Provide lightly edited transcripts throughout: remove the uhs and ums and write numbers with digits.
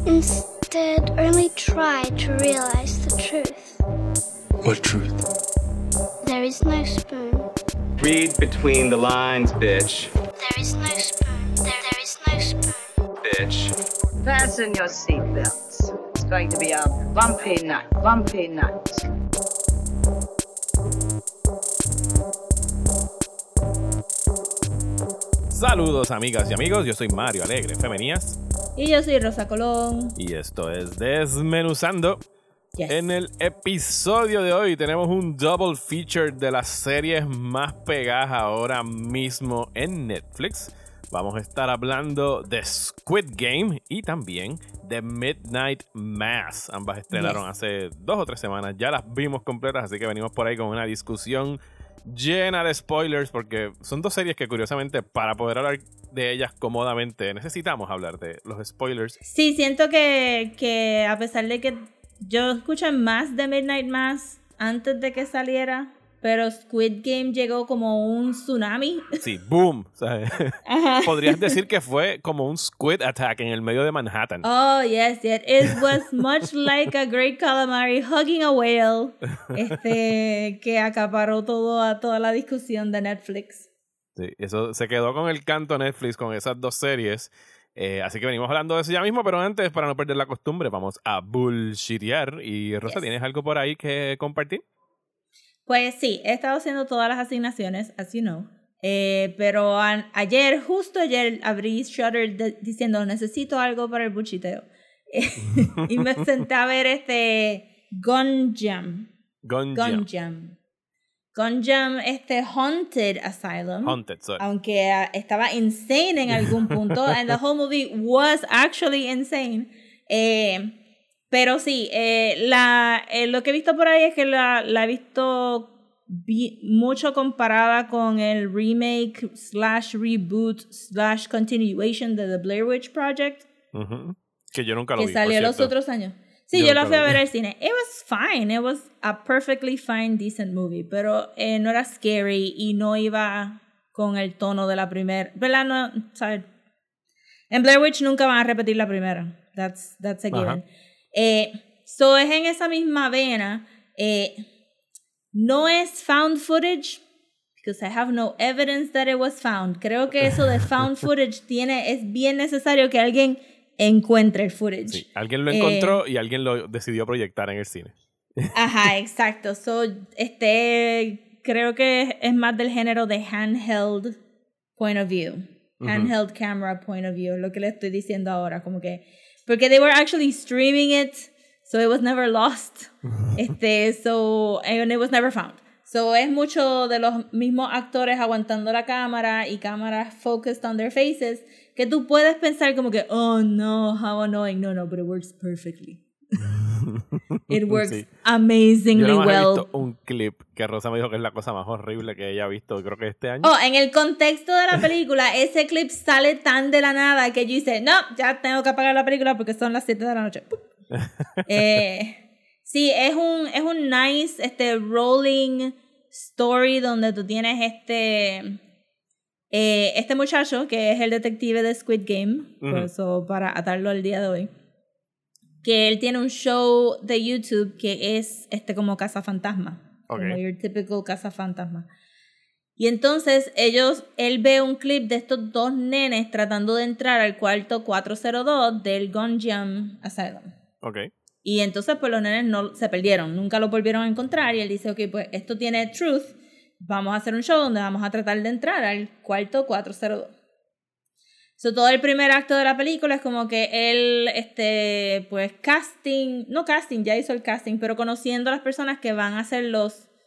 Instead, only try to realize the truth. What truth? There is no spoon. Read between the lines, bitch. There is no spoon. There is no spoon. Bitch. Fasten your seatbelts. It's going to be a bumpy night. Bumpy night. Saludos amigas y amigos, yo soy Mario Alegre Femenías. Y yo soy Rosa Colón. Y esto es Desmenuzando. Yes. En el episodio de hoy tenemos un double feature de las series más pegadas ahora mismo en Netflix. Vamos a estar hablando de Squid Game y también de Midnight Mass. Ambas estrenaron hace 2 o 3 semanas. Ya las vimos completas, así que venimos por ahí con una discusión llena de spoilers, porque son 2 series que curiosamente para poder hablar de ellas cómodamente necesitamos hablar de los spoilers. Sí, siento que a pesar de que yo escuché más de Midnight Mass antes de que saliera, pero Squid Game llegó como un tsunami. Sí, boom. ¿Sabes? Podrías decir que fue como un squid attack en el medio de Manhattan. Oh, yes. It was much like a great calamari hugging a whale. Que acaparó toda la discusión de Netflix. Sí, eso se quedó con el canto Netflix con esas 2 series. Así que venimos hablando de eso ya mismo, pero antes, para no perder la costumbre, vamos a bullshitear. Y Rosa, ¿tienes algo por ahí que compartir? Pues sí, he estado haciendo todas las asignaciones, as you know. Pero justo ayer, abrí Shudder diciendo, necesito algo para el buchiteo. Y me senté a ver Gunjam. Haunted Asylum. Haunted, sorry. Aunque estaba insane en algún punto. And the whole movie was actually insane. Pero sí, lo que he visto por ahí es que la he visto mucho comparada con el remake / reboot / continuation de The Blair Witch Project. Uh-huh. Que yo nunca lo vi, que salió los otros años. Sí, yo la fui a ver al cine. It was fine. It was a perfectly fine, decent movie. Pero no era scary y no iba con el tono de la primera. ¿Verdad? No, ¿sabes? En Blair Witch nunca van a repetir la primera. That's a given. So es en esa misma vena. No es found footage, because I have no evidence that it was found. Creo que eso de found footage es bien necesario que alguien encuentre el footage. Sí, alguien lo encontró y alguien lo decidió proyectar en el cine. Ajá, exacto. So, creo que es más del género de handheld point of view. Handheld camera point of view, lo que le estoy diciendo ahora, como que porque they were actually streaming it, so it was never lost. And it was never found. So es mucho de los mismos actores aguantando la cámara y cámaras focused on their faces, que tú puedes pensar como que, oh no, how annoying. No, but it works perfectly. It works amazingly well. Yo well. He visto un clip que Rosa me dijo que es la cosa más horrible que ella ha visto, creo que este año. Oh, en el contexto de la película, ese clip sale tan de la nada que yo hice, no, ya tengo que apagar la película porque son las 7 de la noche. Sí, es un nice rolling story donde tú tienes este muchacho que es el detective de Squid Game, por eso para atarlo al día de hoy, que él tiene un show de YouTube que es como cazafantasma, como your typical cazafantasma. Y entonces él ve un clip de estos 2 nenes tratando de entrar al cuarto 402 del Gunjam Asylum. Y entonces pues los nenes se perdieron, nunca lo volvieron a encontrar y él dice, pues esto tiene truth, vamos a hacer un show donde vamos a tratar de entrar al cuarto 402. So, todo el primer acto de la película es como que él, pues ya hizo el casting, pero conociendo a las personas que van a ser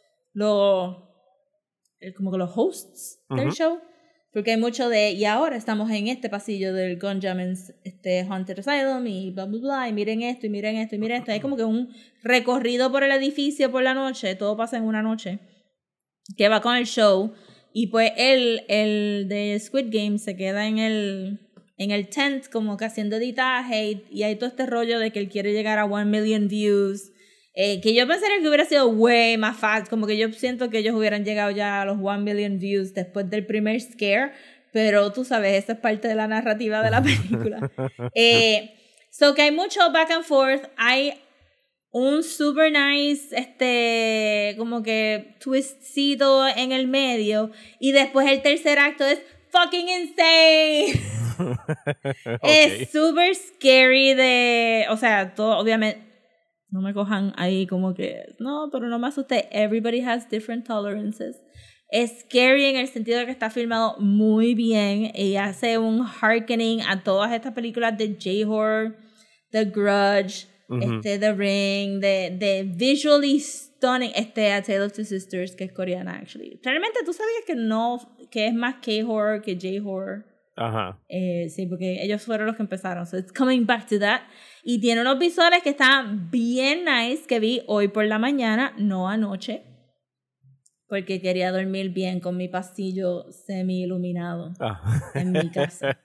como que los hosts del show, porque hay mucho y ahora estamos en este pasillo del Gunjam Haunted Asylum y bla bla bla, y miren esto, y miren esto, y miren esto. Hay como que un recorrido por el edificio por la noche, todo pasa en una noche, que va con el show. Y pues el de Squid Game se queda en el tent como que haciendo editaje y hay todo este rollo de que él quiere llegar a 1 million views. Que yo pensaría que hubiera sido way más fácil, como que yo siento que ellos hubieran llegado ya a los 1 million views después del primer scare, pero tú sabes, esa es parte de la narrativa de la película. So que hay mucho back and forth. Hay un super nice, como que twistcito en el medio. Y después el tercer acto es fucking insane. Okay. Es super scary o sea, todo, obviamente, no me cojan ahí como que, no, pero no me asusté. Everybody has different tolerances. Es scary en el sentido de que está filmado muy bien y hace un hearkening a todas estas películas de J-horror, The Grudge, The Ring, de visually stunning, A Tale of Two Sisters, que es coreana, actually. Realmente, ¿tú sabías que es más K-horror que J-horror? Ajá. Sí, porque ellos fueron los que empezaron. So it's coming back to that. Y tiene unos visuales que están bien nice, que vi hoy por la mañana, no anoche, porque quería dormir bien con mi pasillo semi-iluminado en mi casa.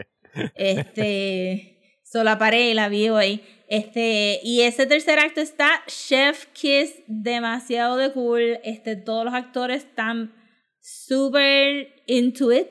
La paré y la vi hoy. Y ese tercer acto está chef kiss, demasiado de cool. Todos los actores están super into it.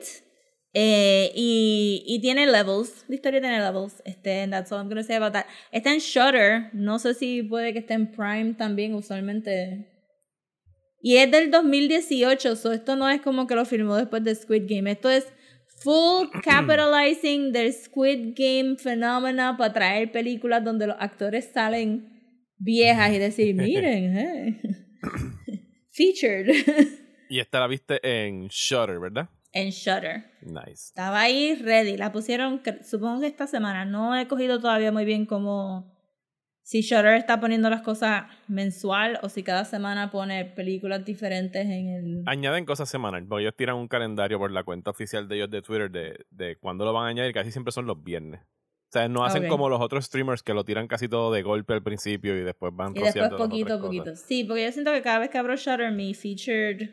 Y tiene levels. La historia tiene levels. And that's all I'm going to say about that. Está en Shudder. No sé si puede que esté en Prime también, usualmente. Y es del 2018. So esto no es como que lo filmó después de Squid Game. Esto es full capitalizing del Squid Game phenomena para traer películas donde los actores salen viejas y decir, miren, featured. Y esta la viste en Shudder, ¿verdad? En Shudder. Nice. Estaba ahí ready. La pusieron, supongo que esta semana. No he cogido todavía muy bien como si Shudder está poniendo las cosas mensual o si cada semana pone películas diferentes en el... Añaden cosas semanales, porque ellos tiran un calendario por la cuenta oficial de ellos de Twitter de cuándo lo van a añadir, casi siempre son los viernes. O sea, no hacen como los otros streamers que lo tiran casi todo de golpe al principio y después van rociando. Y después poquito a poquito. Sí, porque yo siento que cada vez que abro Shudder, mi featured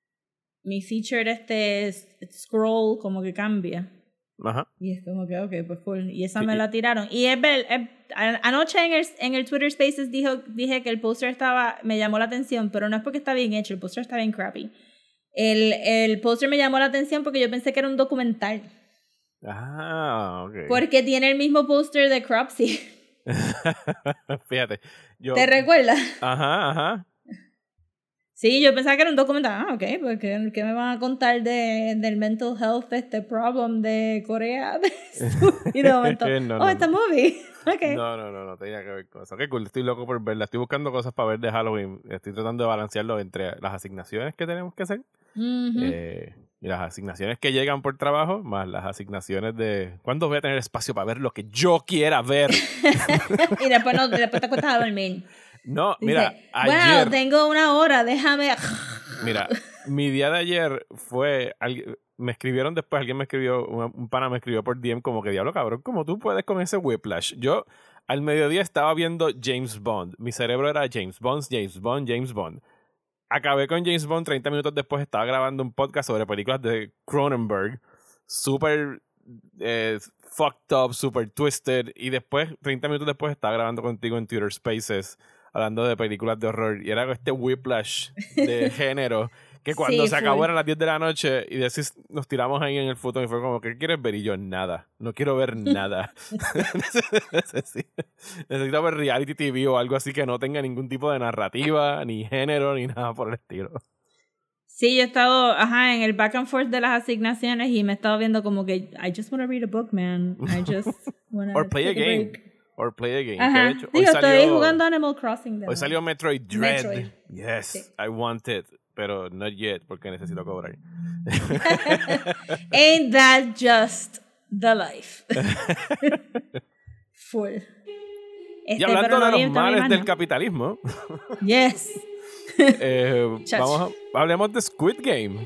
scroll como que cambia. Ajá. Y es como que, ok, pues cool. Y esa me la tiraron. Y anoche en el Twitter Spaces dije que el póster me llamó la atención, pero no es porque está bien hecho, el póster está bien crappy. El póster me llamó la atención porque yo pensé que era un documental. Ah, ok. Porque tiene el mismo póster de Cropsy. Fíjate. ¿Te recuerdas? Ajá. Sí, yo pensaba que era un documental. Ah, ok, pues ¿qué me van a contar del mental health problem de Corea? Y de momento, esta movie. Okay. No tenía que ver con eso. Qué cool, estoy loco por verla. Estoy buscando cosas para ver de Halloween. Estoy tratando de balancearlo entre las asignaciones que tenemos que hacer. Y las asignaciones que llegan por trabajo, más las asignaciones de ¿cuándo voy a tener espacio para ver lo que yo quiera ver? Y después te acuestas a dormir. No, mira, ayer... Wow, tengo una hora, déjame... Mira, mi día de ayer fue... Me escribieron después, alguien me escribió, un pana me escribió por DM como que diablo cabrón, ¿cómo tú puedes con ese whiplash? Yo al mediodía estaba viendo James Bond. Mi cerebro era James Bond. Acabé con James Bond, 30 minutos después estaba grabando un podcast sobre películas de Cronenberg. Súper fucked up, super twisted. Y después, 30 minutos después, estaba grabando contigo en Twitter Spaces hablando de películas de horror. Y era este whiplash de género que cuando se acabó eran las 10 de la noche y decís, nos tiramos ahí en el fútbol y fue como, ¿qué quieres ver? Y yo, nada. No quiero ver nada. Necesito ver reality TV o algo así que no tenga ningún tipo de narrativa, ni género, ni nada por el estilo. Sí, yo he estado en el back and forth de las asignaciones y me he estado viendo como que I just want to read a book, man. I just want to Or play a game. Or play a game. Ajá. De hecho, estoy jugando Animal Crossing. Hoy salió Metroid Dread. Metroid. Yes, sí. I want it. Pero not yet, porque necesito cobrar. Ain't that just the life? Full. Y hablando de los males del capitalismo. Yes. Hablemos de Squid Game.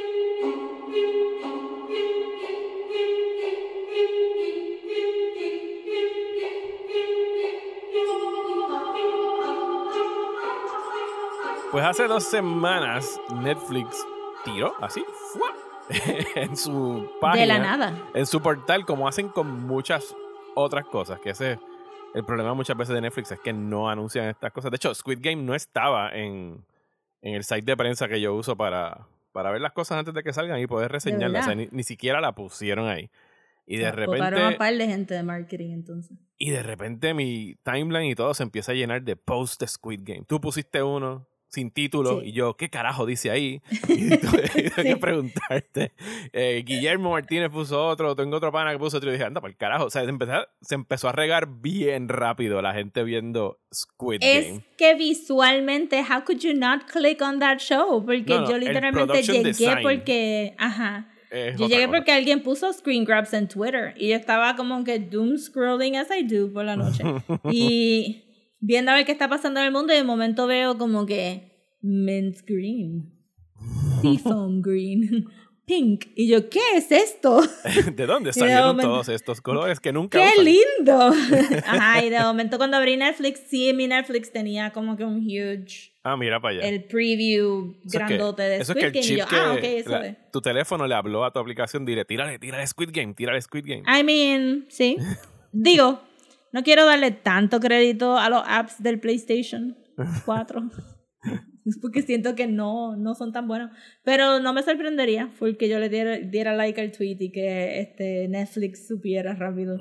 Pues hace 2 semanas Netflix tiró así en su página. De la nada. En su portal, como hacen con muchas otras cosas. Que ese el problema muchas veces de Netflix es que no anuncian estas cosas. De hecho, Squid Game no estaba en el site de prensa que yo uso para ver las cosas antes de que salgan y poder reseñarlas. O sea, ni siquiera la pusieron ahí. Y de repente... Botaron a un par de gente de marketing entonces. Y de repente mi timeline y todo se empieza a llenar de posts de Squid Game. Tú pusiste uno sin título y yo, ¿qué carajo dice ahí? Y tuve que preguntarte. Guillermo Martínez puso otro, tengo otro pana que puso otro y dije, anda, por el carajo. O sea, se empezó a regar bien rápido la gente viendo Squid Game. Es que visualmente, how could you not click on that show? Porque yo literalmente llegué porque... Ajá. Yo llegué porque alguien puso screen grabs en Twitter y yo estaba como que doom scrolling as I do por la noche y viendo a ver qué está pasando en el mundo y de momento veo como que mint green, seafoam green, pink y yo, ¿qué es esto? ¿De dónde salieron todos estos colores que nunca ¡Qué usan? lindo! Ajá, y de momento cuando abrí Netflix, sí, mi Netflix tenía como que un huge... mira para allá. El preview grandote de Squid Game. Y yo, ok, eso es. Tu teléfono le habló a tu aplicación, dile, tírale Squid Game. I mean, sí. Digo, no quiero darle tanto crédito a los apps del PlayStation 4. Es porque siento que no son tan buenos. Pero no me sorprendería porque yo le diera like al tweet y que Netflix supiera rápido.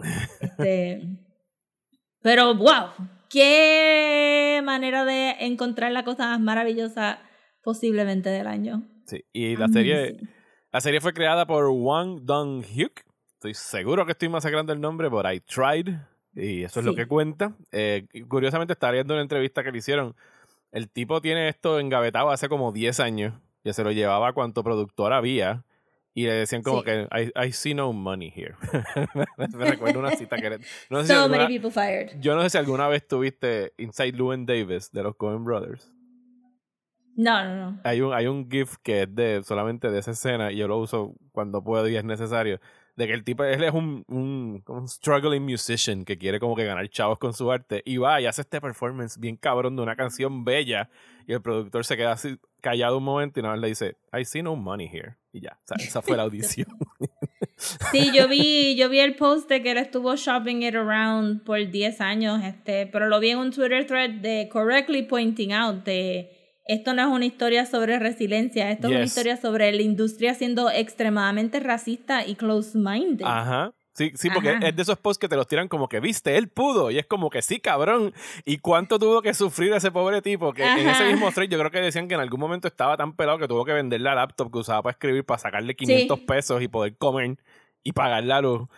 Pero, wow. Qué manera de encontrar la cosa más maravillosa posiblemente del año. Sí, y la serie fue creada por Wang Dong-hyuk. Estoy seguro que estoy masacrando el nombre, but I tried. Y eso es lo que cuenta. Curiosamente, estaba viendo una entrevista que le hicieron. El tipo tiene esto engavetado hace como 10 años. Ya se lo llevaba a cuanto productor había. Y le decían como que I see no money here. Me recuerdo una cita que... No sé so many people fired. Yo no sé si alguna vez tuviste Inside Llewyn Davis de los Coen Brothers. No. Hay un GIF que es solamente de esa escena y yo lo uso cuando puedo y es necesario. De que el tipo, él es un struggling musician que quiere como que ganar chavos con su arte y va y hace este performance bien cabrón de una canción bella y el productor se queda así callado un momento y nada más le dice I see no money here y ya, o sea, esa fue la audición. Sí, yo vi el post de que él estuvo shopping it around por 10 años, pero lo vi en un Twitter thread de correctly pointing out de esto no es una historia sobre resiliencia, esto es una historia sobre la industria siendo extremadamente racista y close-minded. Ajá. Sí, porque es de esos posts que te los tiran como que, viste, él pudo. Y es como que sí, cabrón. ¿Y cuánto tuvo que sufrir ese pobre tipo? Que en ese mismo thread yo creo que decían que en algún momento estaba tan pelado que tuvo que vender la laptop que usaba para escribir para sacarle 500 pesos y poder comer y pagar la luz.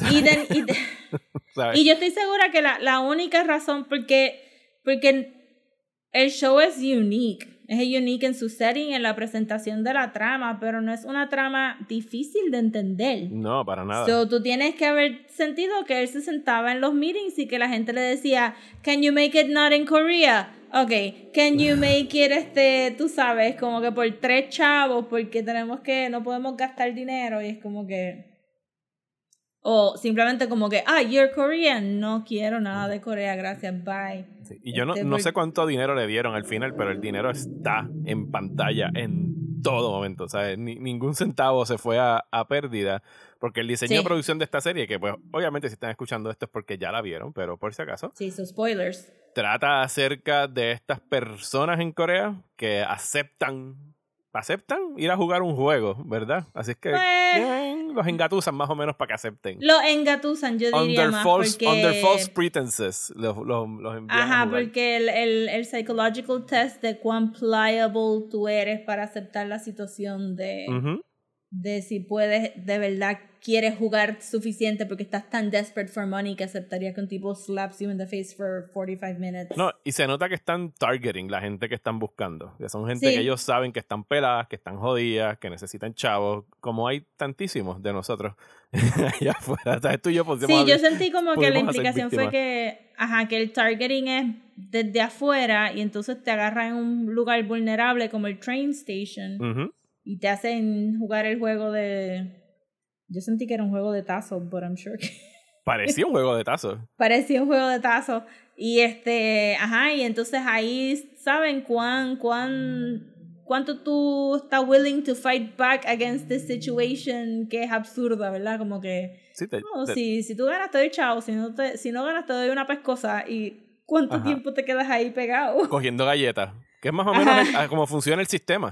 Y yo estoy segura que la única razón, porque el show es unique en su setting, en la presentación de la trama, pero no es una trama difícil de entender. No, para nada. So, tú tienes que haber sentido que él se sentaba en los meetings y que la gente le decía, can you make it not in Korea? Okay, can you make it, tú sabes, como que por 3 chavos, porque no podemos gastar dinero, y es como que... O simplemente como que, you're Korean, no quiero nada de Corea, gracias, bye. Sí, y yo no sé cuánto dinero le dieron al final, pero el dinero está en pantalla en todo momento. O sea, ningún centavo se fue a pérdida, porque el diseño de producción de esta serie, que pues obviamente si están escuchando esto es porque ya la vieron, pero por si acaso. Sí, son spoilers. Trata acerca de estas personas en Corea que aceptan ir a jugar un juego, ¿verdad? Así es que los engatusan más o menos para que acepten. Los engatusan, yo diría más porque... Under false pretenses los envían a jugar. Porque el psychological test de cuán pliable tú eres para aceptar la situación de si puedes, de verdad quieres jugar suficiente porque estás tan desperate for money que aceptaría que un tipo slaps you in the face for 45 minutes. No, y se nota que están targeting la gente que están buscando. Que son gente que ellos saben que están peladas, que están jodidas, que necesitan chavos, como hay tantísimos de nosotros allá afuera. ¿Sabes? Tú y yo yo sentí como que la implicación fue que el targeting es desde afuera y entonces te agarran en un lugar vulnerable como el train station y te hacen jugar el juego de... Yo sentí que era un juego de tazos, but I'm sure que... Parecía un juego de tazos. Parecía un juego de tazos. Y y entonces ahí saben cuánto tú estás willing to fight back against this situation que es absurda, ¿verdad? Como que... Si tú ganas te doy chao, si no ganas te doy una pescosa. ¿Y cuánto tiempo te quedas ahí pegado? Cogiendo galletas. Que es más o menos como funciona el sistema.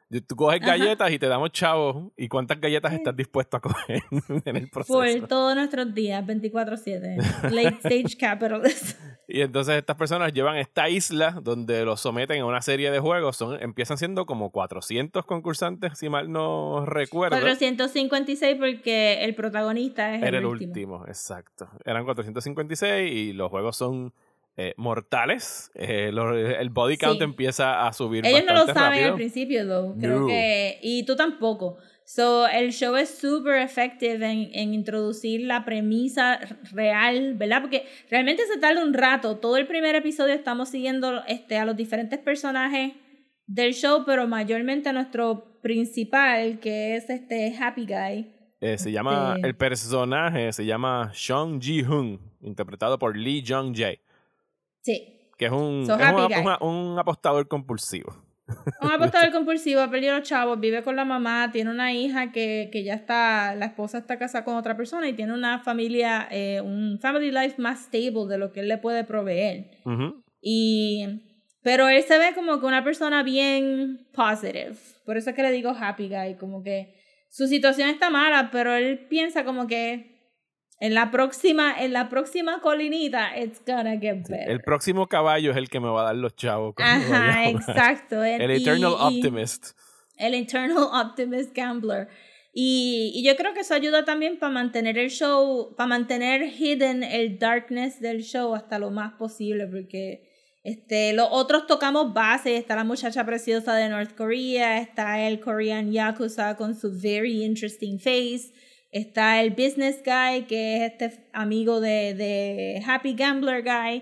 Tú coges galletas y te damos chavos. ¿Y cuántas galletas estás dispuesto a coger en el proceso? Por todos nuestros días, 24/7. Late stage capitalism. Y entonces estas personas llevan esta isla donde los someten a una serie de juegos. Empiezan siendo como 400 concursantes, si mal no recuerdo. 456 porque el protagonista es Era el último. Exacto. Eran 456 y los juegos son mortales. El body count empieza a subir Ellos no lo bastante saben rápido. al principio, though. Creo que... Y tú tampoco. So, el show es súper effective en introducir la premisa real, ¿verdad? Porque realmente se tarda un rato. Todo el primer episodio estamos siguiendo a los diferentes personajes del show, pero mayormente a nuestro principal, que es Happy Guy. El personaje se llama Sean Ji-hoon, interpretado por Lee Jung-jae. Sí. Que es un apostador compulsivo. Un apostador compulsivo, ha perdido los chavos, vive con la mamá, tiene una hija que ya está, la esposa está casada con otra persona y tiene una familia, un family life más stable de lo que él le puede proveer. Uh-huh. Pero él se ve como que una persona bien positive. Por eso es que le digo happy guy, como que su situación está mala, pero él piensa como que en la próxima colinita, it's gonna get better. El próximo caballo es el que me va a dar los chavos. Ajá, exacto. El Eternal Optimist. El Eternal Optimist Gambler. Y yo creo que eso ayuda también para mantener el show, para mantener hidden el darkness del show hasta lo más posible, porque los otros tocamos base. Está la muchacha preciosa de North Korea, está el Korean Yakuza con su very interesting face, está el business guy, que es amigo de Happy Gambler guy.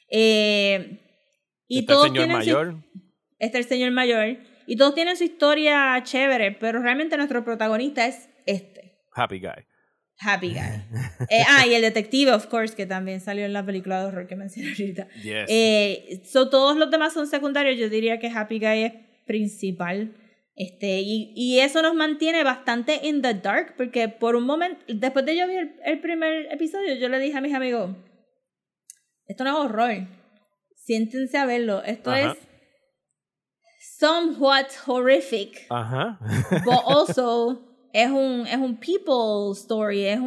Y está todos el señor mayor. Está el señor mayor. Y todos tienen su historia chévere, pero realmente nuestro protagonista es Happy Guy. Happy Guy. Y el detective, of course, que también salió en la película de horror que mencioné ahorita. Yes. Todos los demás son secundarios. Yo diría que Happy Guy es principal. Y eso nos mantiene bastante in the dark, porque por un momento, después de yo ver el primer episodio, yo le dije a mis amigos, esto no es horror, siéntense a verlo, esto es somewhat horrific, but also es un people story, es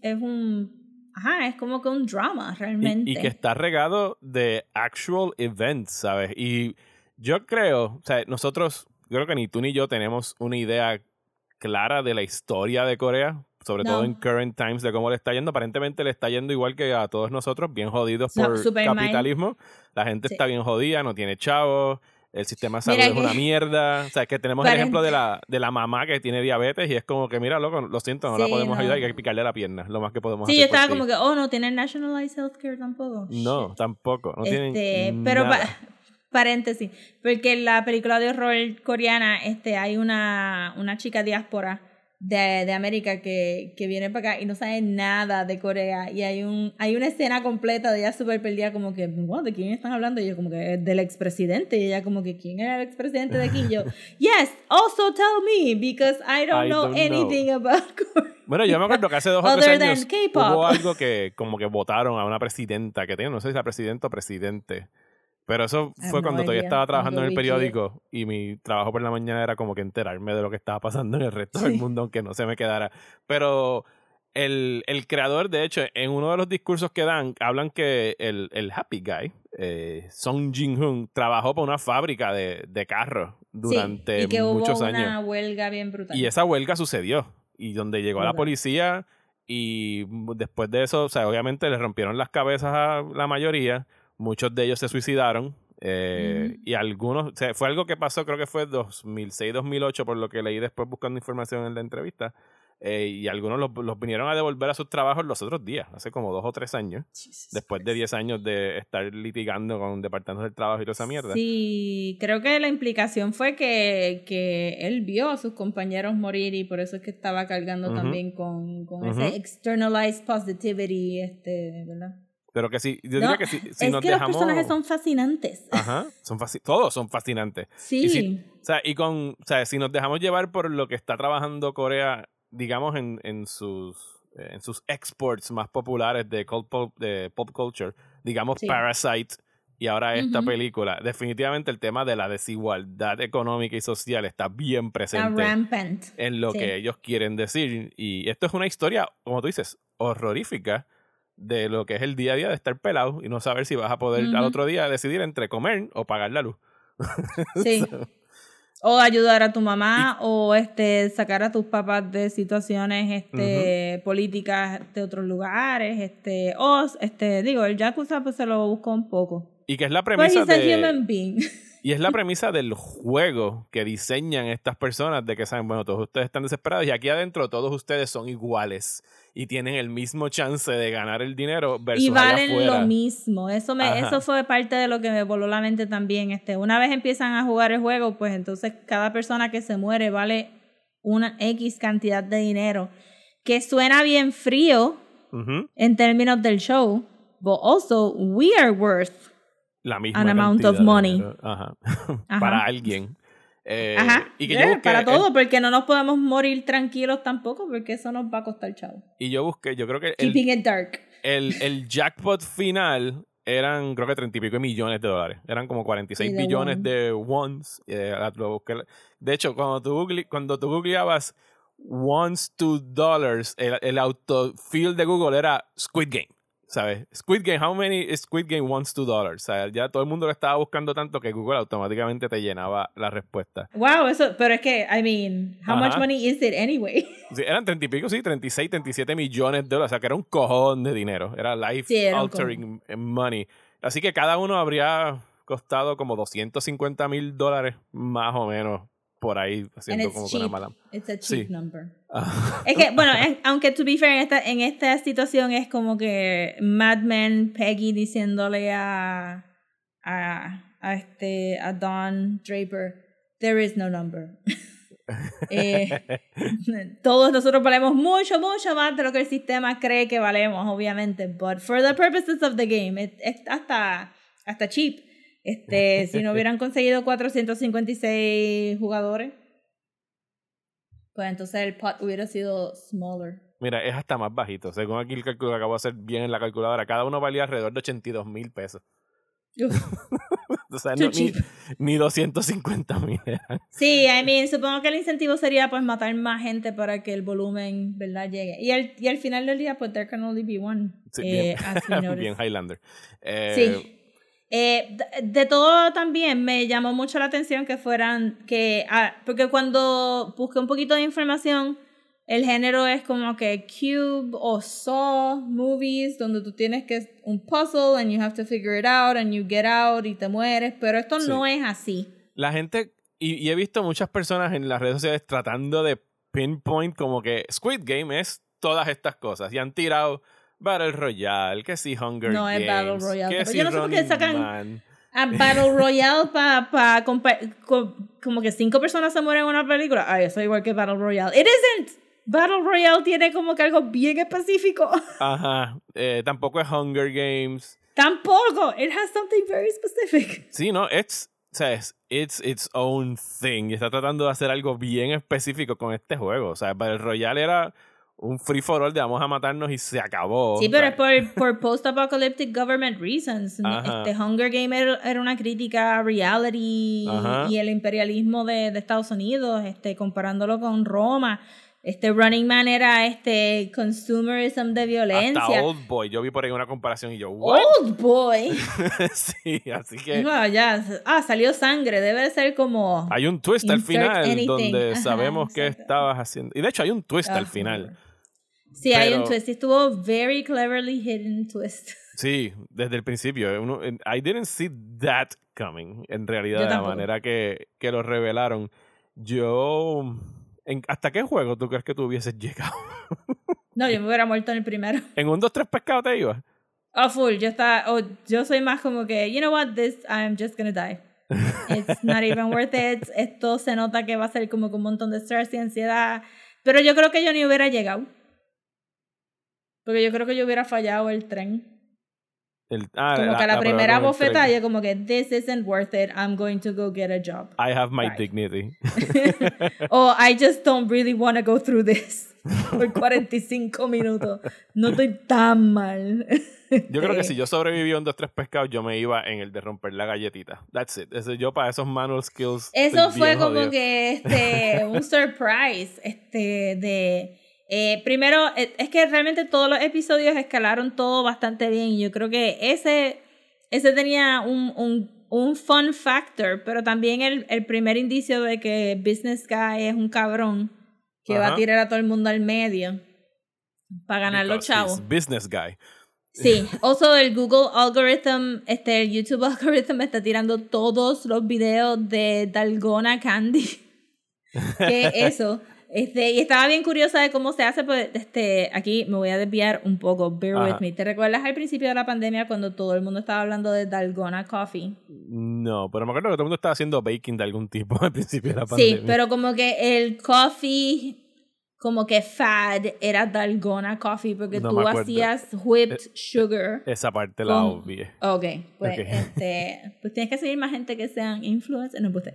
como que un drama realmente. Y que está regado de actual events, ¿sabes? Y yo creo, o sea, creo que ni tú ni yo tenemos una idea clara de la historia de Corea, sobre todo en current times, de cómo le está yendo. Aparentemente le está yendo igual que a todos nosotros, bien jodidos por capitalismo. La gente está bien jodida, no tiene chavos, el sistema de salud es una mierda. O sea, que tenemos el ejemplo de la mamá que tiene diabetes y es como que, mira, loco, lo siento, no la podemos ayudar, hay que picarle la pierna, lo más que podemos hacer. Sí, yo estaba como que, no tienen nationalized healthcare tampoco. No, tampoco, no tienen pero nada. Paréntesis, porque en la película de horror coreana hay una chica diáspora de América que viene para acá y no sabe nada de Corea, y hay una escena completa de ella súper perdida, como que, ¿de quién están hablando? Y yo como que, del expresidente, y ella como que, ¿quién era el expresidente de aquí? Y yo, yes, also tell me, because I don't know anything about Korea. Bueno, yo me acuerdo que hace 2 o 3 años hubo algo que como que votaron a una presidenta que tiene, no sé si la presidenta o presidente. Pero eso fue cuando todavía estaba trabajando en el periódico y mi trabajo por la mañana era como que enterarme de lo que estaba pasando en el resto del mundo, aunque no se me quedara. Pero el creador, de hecho, en uno de los discursos que dan, hablan que el Happy Guy, Song Jin-hoon, trabajó para una fábrica de carros durante y que muchos hubo años. Una huelga bien brutal. Y esa huelga sucedió. Y donde llegó la policía y después de eso, o sea, obviamente le rompieron las cabezas a la mayoría. Muchos de ellos se suicidaron y algunos, o sea, fue algo que pasó, creo que fue 2006-2008, por lo que leí después buscando información en la entrevista, y algunos los vinieron a devolver a sus trabajos los otros días, hace como 2 o 3 años, después de 10 años de estar litigando con departamentos del trabajo y toda esa mierda. Sí, creo que la implicación fue que él vio a sus compañeros morir y por eso es que estaba cargando también con ese externalized positivity, ¿verdad? Pero que sí, yo diría que si nos que dejamos... los personajes son fascinantes. Ajá, todos son fascinantes. Sí. Si nos dejamos llevar por lo que está trabajando Corea, digamos, en sus exports más populares de pop culture, digamos Parasite y ahora esta película, definitivamente el tema de la desigualdad económica y social está bien presente rampant en lo que ellos quieren decir. Y esto es una historia, como tú dices, horrorífica de lo que es el día a día de estar pelado y no saber si vas a poder al otro día decidir entre comer o pagar la luz. Sí. O ayudar a tu mamá o sacar a tus papás de situaciones políticas de otros lugares, digo, el Yakuza pues se lo buscó un poco. Y que es la premisa Pues he's a human being. Y es la premisa del juego que diseñan estas personas, de que saben, bueno, todos ustedes están desesperados y aquí adentro todos ustedes son iguales y tienen el mismo chance de ganar el dinero versus y valen allá afuera. Lo mismo. Eso fue parte de lo que me voló la mente también. Una vez empiezan a jugar el juego, pues entonces cada persona que se muere vale una X cantidad de dinero, que suena bien frío en términos del show, but also we are worth la misma an amount of money. Para alguien. Y que yo busqué, para todo, porque no nos podemos morir tranquilos tampoco, porque eso nos va a costar chavo. Y yo busqué, yo creo que Keeping it dark. El jackpot final eran, creo que 30 y pico millones de dólares. Eran como 46 billones de wons. De hecho, cuando tú googleabas wons to dollars, el autofill de Google era Squid Game. ¿Sabes? Squid Game, how many Squid Game wants $2? O sea, ya todo el mundo lo estaba buscando tanto que Google automáticamente te llenaba la respuesta. Wow, eso, pero es que, how much money is it anyway? Sí, eran 30 y pico, 36, 37 millones de dólares. O sea, que era un cojón de dinero. Era life-altering money. Así que cada uno habría costado como $250,000 más o menos por ahí, haciendo como con una mala. It's a cheap number. Es que, bueno, aunque to be fair, en esta situación es como que Mad Men, Peggy diciéndole a Don Draper, there is no number. Todos nosotros valemos mucho, mucho más de lo que el sistema cree que valemos, obviamente. But for the purposes of the game, es hasta cheap. Si no hubieran conseguido 456 jugadores, pues entonces el pot hubiera sido smaller. Mira, es hasta más bajito. Según aquí el cálculo que acabo de hacer bien en la calculadora, cada uno valía alrededor de 82,000 pesos. O sea, ni 250,000 eran. Sí, supongo que el incentivo sería pues matar más gente para que el volumen, ¿verdad?, llegue. Y al final del día, pues there can only be one. Sí, bien Highlander. Sí. De todo también me llamó mucho la atención que porque cuando busqué un poquito de información, el género es como que Cube o Saw movies, donde tú tienes que un puzzle and you have to figure it out and you get out y te mueres, pero esto no es así. La gente, y he visto muchas personas en las redes sociales tratando de pinpoint como que Squid Game es todas estas cosas y han tirado Battle Royale, que sí Hunger Games. No es Battle Royale. Que pero sí yo no sé por qué sacan Man. a Battle Royale para como que 5 personas se mueren en una película. Ay, eso es igual que Battle Royale. It isn't. Battle Royale tiene como que algo bien específico. Ajá. Tampoco es Hunger Games. Tampoco. It has something very specific. Sí, no, it's its own thing. Y está tratando de hacer algo bien específico con este juego. O sea, Battle Royale era un free for all de vamos a matarnos y se acabó. Sí, pero es por post-apocalyptic government reasons. Hunger Game era una crítica a reality y el imperialismo de Estados Unidos, comparándolo con Roma. Running Man era consumerism de violencia. Hasta Old Boy. Yo vi por ahí una comparación y yo, ¿what? Old Boy. Sí, así que no, ya. Salió sangre. Debe ser como hay un twist al final anything. Donde sabemos qué estabas haciendo. Y de hecho hay un twist al final. Sí, hay un twist. Estuvo very cleverly hidden twist. Sí, desde el principio. I didn't see that coming. En realidad, de la manera que lo revelaron. ¿Hasta qué juego tú crees que tú hubieses llegado? No, yo me hubiera muerto en el primero. ¿En un 2-3 pescado te ibas? Full. Yo soy más como que, you know what, I'm just gonna die. It's not even worth it. Esto se nota que va a ser como con un montón de stress y ansiedad. Pero yo creo que yo ni hubiera llegado. Porque yo creo que yo hubiera fallado el tren. Como que la primera bofetada, yo como que, this isn't worth it, I'm going to go get a job. I have my Bye. dignity. O I just don't really want to go through this por 45 minutos. No estoy tan mal. Yo creo que si yo sobreviví a un 2-3 pescados, yo me iba en el de romper la galletita. That's it. Yo para esos manual skills. Eso estoy fue bien como jodido. que un surprise. Primero, es que realmente todos los episodios escalaron todo bastante bien. Yo creo que ese tenía un fun factor, pero también el primer indicio de que Business Guy es un cabrón que va a tirar a todo el mundo al medio para ganar los chavos. He's business guy. Sí, also el Google algorithm, el YouTube algorithm me está tirando todos los videos de Dalgona Candy. ¿Qué es eso? Y estaba bien curiosa de cómo se hace, pues aquí me voy a desviar un poco, bear with me. ¿Te recuerdas al principio de la pandemia cuando todo el mundo estaba hablando de Dalgona Coffee? No, pero me acuerdo que todo el mundo estaba haciendo baking de algún tipo al principio de la pandemia. Sí, pero como que el coffee, como que fad era Dalgona Coffee, porque No tú me acuerdo. hacías whipped sugar. Esa parte la obvié. Ok, pues pues tienes que seguir más gente que sean influencers. No, pues,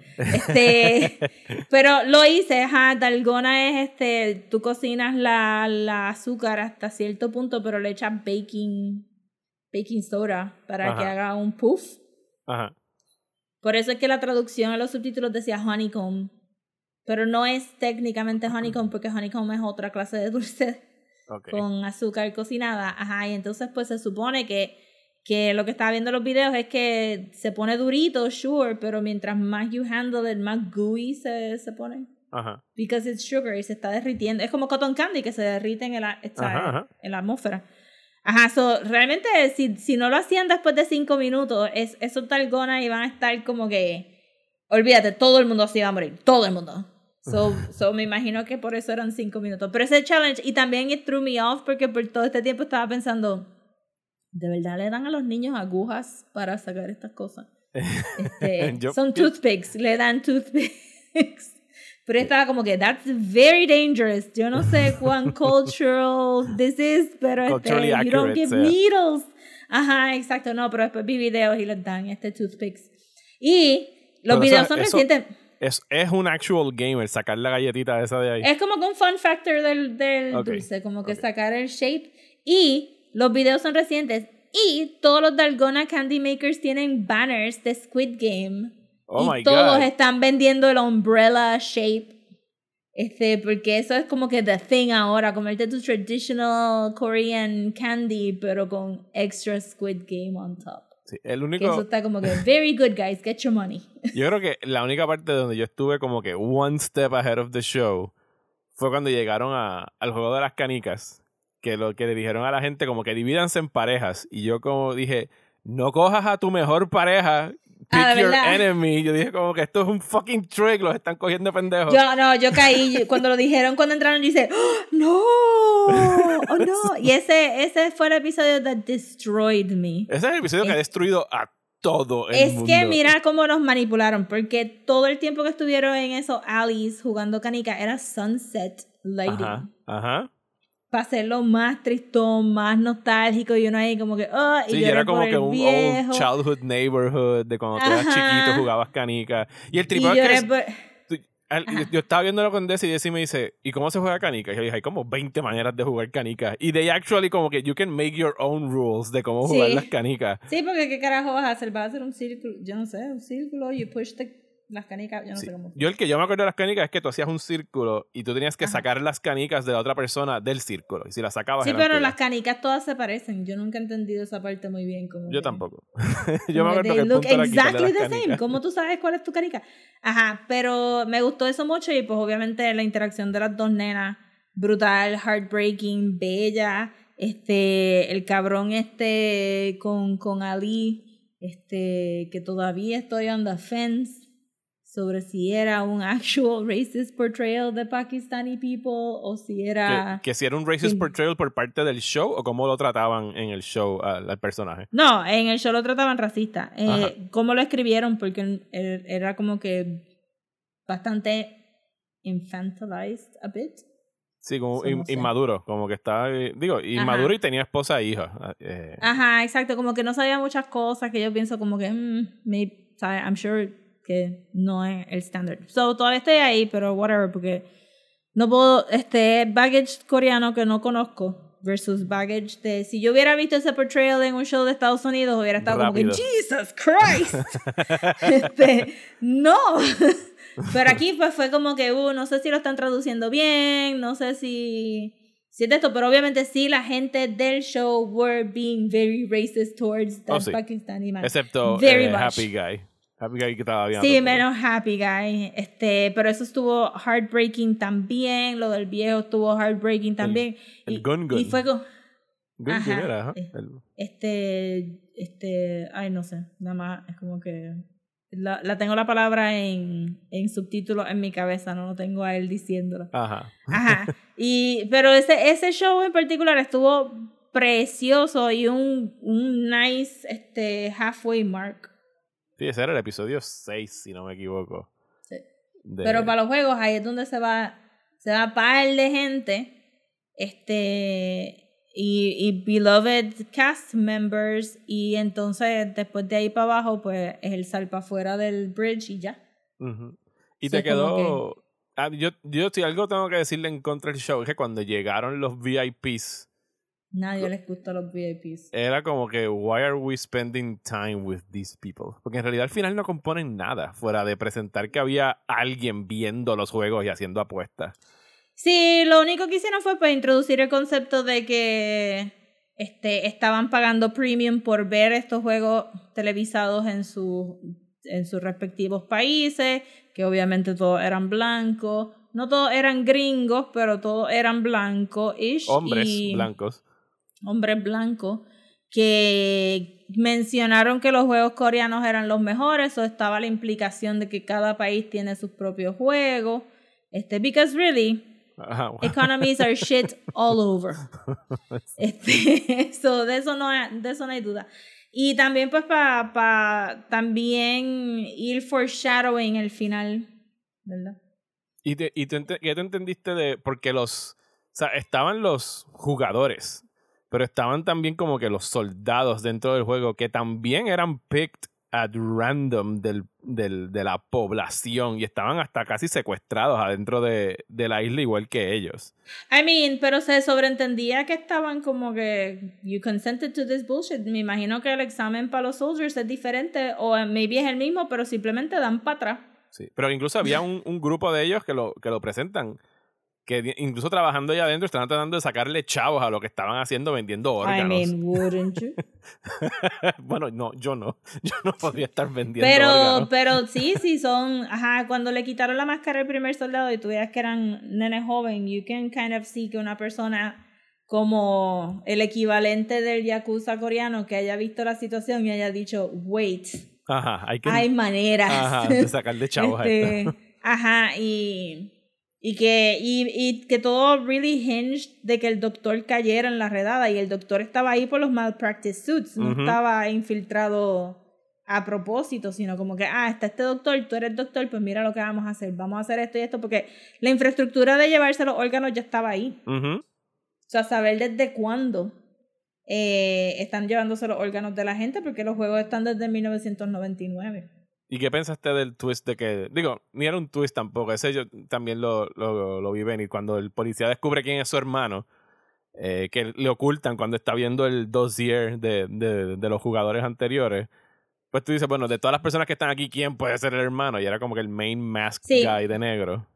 pero lo hice, Dalgona es tú cocinas la azúcar hasta cierto punto, pero le echas baking soda para que haga un puff. Ajá. Por eso es que la traducción en los subtítulos decía honeycomb, pero no es técnicamente honeycomb porque honeycomb es otra clase de dulce con azúcar cocinada. Y entonces pues se supone que lo que estaba viendo en los videos es que se pone durito, sure, pero mientras más you handle it, más gooey se pone. Ajá. Because it's sugar y se está derritiendo. Es como cotton candy que se derrite en la atmósfera. Realmente si no lo hacían después de 5 minutos, esos Dalgona iban a estar como que, olvídate, todo el mundo se iba a morir, todo el mundo. So me imagino que por eso eran 5 minutos. Pero ese challenge, y también it threw me off porque por todo este tiempo estaba pensando, ¿de verdad le dan a los niños agujas para sacar estas cosas? Son toothpicks, le dan toothpicks. Pero estaba como que, that's very dangerous. Yo no sé cuán cultural this is, pero you don't give needles. Exacto, no, pero después vi videos y les dan toothpicks. Y los videos son recientes. Es un actual game el sacar la galletita esa de ahí. Es como que un fun factor del dulce, como que sacar el shape. Y los videos son recientes. Y todos los Dalgona Candy Makers tienen banners de Squid Game. Y todos están vendiendo el umbrella shape. Porque eso es como que the thing ahora, comerte tu traditional Korean candy, pero con extra Squid Game on top. Sí, el único... Que eso está como que, very good guys, get your money. Yo creo que la única parte donde yo estuve como que one step ahead of the show fue cuando llegaron al juego de las canicas, que lo que le dijeron a la gente como que divídanse en parejas, y yo como dije, no cojas a tu mejor pareja, pick your enemy. Yo dije como que esto es un fucking trick, los están cogiendo pendejos. Yo caí, cuando lo dijeron cuando entraron, yo dije, ¡oh, no! ¡Oh, no! Y ese fue el episodio that destroyed me. Ese es el episodio que ha destruido a todo el mundo. Es que mira cómo nos manipularon, porque todo el tiempo que estuvieron en esos alleys jugando canica era sunset lighting. Para hacerlo más tristón, más nostálgico, y uno ahí como que, y era como que un old childhood neighborhood de cuando tú eras chiquito, jugabas canica. Y el tripado yo estaba viéndolo con Desi y Desi me dice, ¿y cómo se juega canica? Y yo dije, hay como 20 maneras de jugar canica. Y they actually como que you can make your own rules de cómo jugar las canicas. Sí, porque ¿qué carajo vas a hacer? ¿Vas a hacer un círculo? Yo no sé, un círculo, you push las canicas, yo no sé cómo. Yo me acuerdo de las canicas es que tú hacías un círculo y tú tenías que sacar las canicas de la otra persona del círculo. Y si las sacabas... Sí, pero las canicas todas se parecen. Yo nunca he entendido esa parte muy bien. Yo tampoco. Yo me acuerdo que el punto exactly the same. ¿Cómo tú sabes cuál es tu canica? Pero me gustó eso mucho y pues obviamente la interacción de las dos nenas, brutal, heartbreaking, bella. El cabrón con Ali, que todavía estoy on the fence sobre si era un actual racist portrayal de Pakistani people o si era... Que si era un racist portrayal por parte del show o cómo lo trataban en el show al personaje. No, en el show lo trataban racista. ¿Cómo lo escribieron? Porque era como que bastante infantilized a bit. Sí, como So, no sé. inmaduro, como que estaba, inmaduro y tenía esposa e hija. Ajá, exacto, como que no sabía muchas cosas que yo pienso como que, maybe, ¿sabes? I'm sure que no es el estándar. So, todavía estoy ahí, pero whatever, porque no puedo, baggage coreano que no conozco versus baggage de, si yo hubiera visto ese portrayal en un show de Estados Unidos, hubiera estado Rápido. como que, Jesus Christ, no. Pero aquí pues fue como que, no sé si lo están traduciendo bien, no sé si es de esto, pero obviamente sí la gente del show were being very racist towards the Sí. Pakistani man. Excepto Very much. Happy Guy. Happy Guy que estaba bien. Sí, menos Happy Guy. Pero eso estuvo heartbreaking también, lo del viejo estuvo heartbreaking también. El Gun Gun. Y fue con... Gun Ajá. Gun era, ay, no sé, nada más es como que la tengo la palabra en subtítulos en mi cabeza, no lo tengo a él diciéndolo. Ajá. Pero ese show en particular estuvo precioso y un nice halfway mark. Sí, ese era el episodio 6, si no me equivoco. Sí. Pero para los juegos ahí es donde se va par de gente y beloved cast members, y entonces después de ahí para abajo pues es el salpa fuera del bridge y ya. Uh-huh. Y So, te quedó... yo si algo tengo que decirle en contra del show, es que cuando llegaron los VIPs, nadie les gustó los VIPs. era como que, why are we spending time with these people? Porque en realidad al final no componen nada, fuera de presentar que había alguien viendo los juegos y haciendo apuestas. Sí, lo único que hicieron fue pues introducir el concepto de que estaban pagando premium por ver estos juegos televisados en sus respectivos países, que obviamente todos eran blancos, no todos eran gringos, pero todos eran blancos-ish. Hombres blancos, que mencionaron que los juegos coreanos eran los mejores, o estaba la implicación de que cada país tiene sus propios juegos, because really... economies are shit all over. So de eso no hay duda. Y también pues para también ir foreshadowing el final, ¿verdad? ¿Y tú entendiste porque estaban los jugadores, pero estaban también como que los soldados dentro del juego que también eran picked at random de la población y estaban hasta casi secuestrados adentro de la isla igual que ellos. Pero se sobreentendía que estaban como que you consented to this bullshit. Me imagino que el examen para los soldiers es diferente, o maybe es el mismo, pero simplemente dan para atrás. Sí, pero incluso había un grupo de ellos que lo presentan, que incluso trabajando allá adentro estaban tratando de sacarle chavos a lo que estaban haciendo vendiendo órganos. Wouldn't you? Bueno, no, yo no podría estar vendiendo órganos. Pero sí son, cuando le quitaron la máscara al primer soldado y tú veas que eran nenes jóvenes, you can kind of see que una persona como el equivalente del yakuza coreano que haya visto la situación y haya dicho, wait, hay maneras de sacarle chavos a esto. Y que todo really hinged de que el doctor cayera en la redada, y el doctor estaba ahí por los malpractice suits, no estaba infiltrado a propósito, sino como que, está este doctor, tú eres doctor, pues mira lo que vamos a hacer esto y esto, porque la infraestructura de llevarse los órganos ya estaba ahí. O sea, saber desde cuándo están llevándose los órganos de la gente, porque los juegos están desde 1999. ¿Y qué pensaste del twist de que... ni era un twist tampoco, ese yo también lo vi venir. Cuando el policía descubre quién es su hermano, que le ocultan cuando está viendo el dossier de los jugadores anteriores, pues tú dices, bueno, de todas las personas que están aquí, ¿quién puede ser el hermano? Y era como que el main masked guy de negro.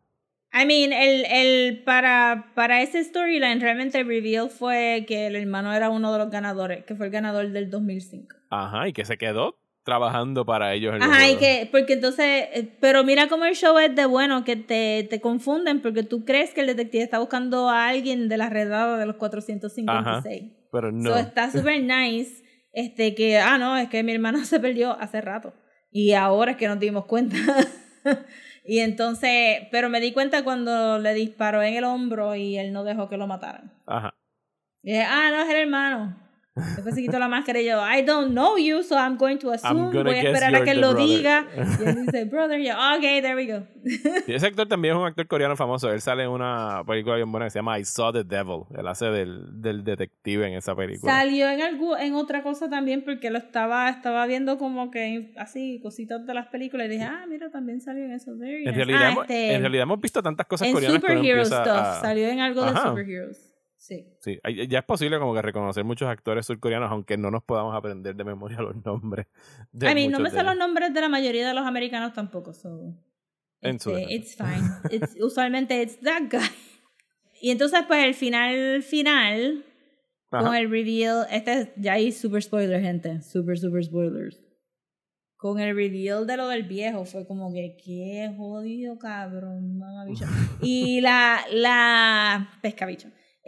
Para ese storyline, realmente el reveal fue que el hermano era uno de los ganadores, que fue el ganador del 2005. Y que se quedó trabajando para ellos. Porque entonces, pero mira cómo el show es de bueno, que te confunden, porque tú crees que el detective está buscando a alguien de la redada de los 456. Pero no. So, está super nice, que, no, es que mi hermano se perdió hace rato, y ahora es que nos dimos cuenta. Y entonces, pero me di cuenta cuando le disparó en el hombro y él no dejó que lo mataran. Y dije, no, es el hermano. Después se quitó la máscara y yo, I don't know you, so I'm going to assume. Voy a guess esperar a you're que the lo brother. diga. Y él dice, brother. Y yo, okay, there we go. Y ese actor también es un actor coreano famoso. Él sale en una película bien buena que se llama I Saw the Devil. Él hace del detective en esa película. Salió en otra cosa también porque lo estaba viendo como que así, cositas de las películas. Y dije, mira, también salió en eso. Very En nice. realidad hemos visto tantas cosas en coreanas que uno Superhero empieza Stuff. Salió en algo de Ajá. Superheroes. Sí. Sí, ya es posible como que reconocer muchos actores surcoreanos, aunque no nos podamos aprender de memoria los nombres. I mean, no me sé los nombres de la mayoría de los americanos tampoco, so it's fine. Usualmente it's that guy. Y entonces pues el final Ajá. con el reveal, ya hay super spoiler, gente, super spoilers. Con el reveal de lo del viejo fue como que qué jodido cabrón, mamabicho. Y la pescabicho.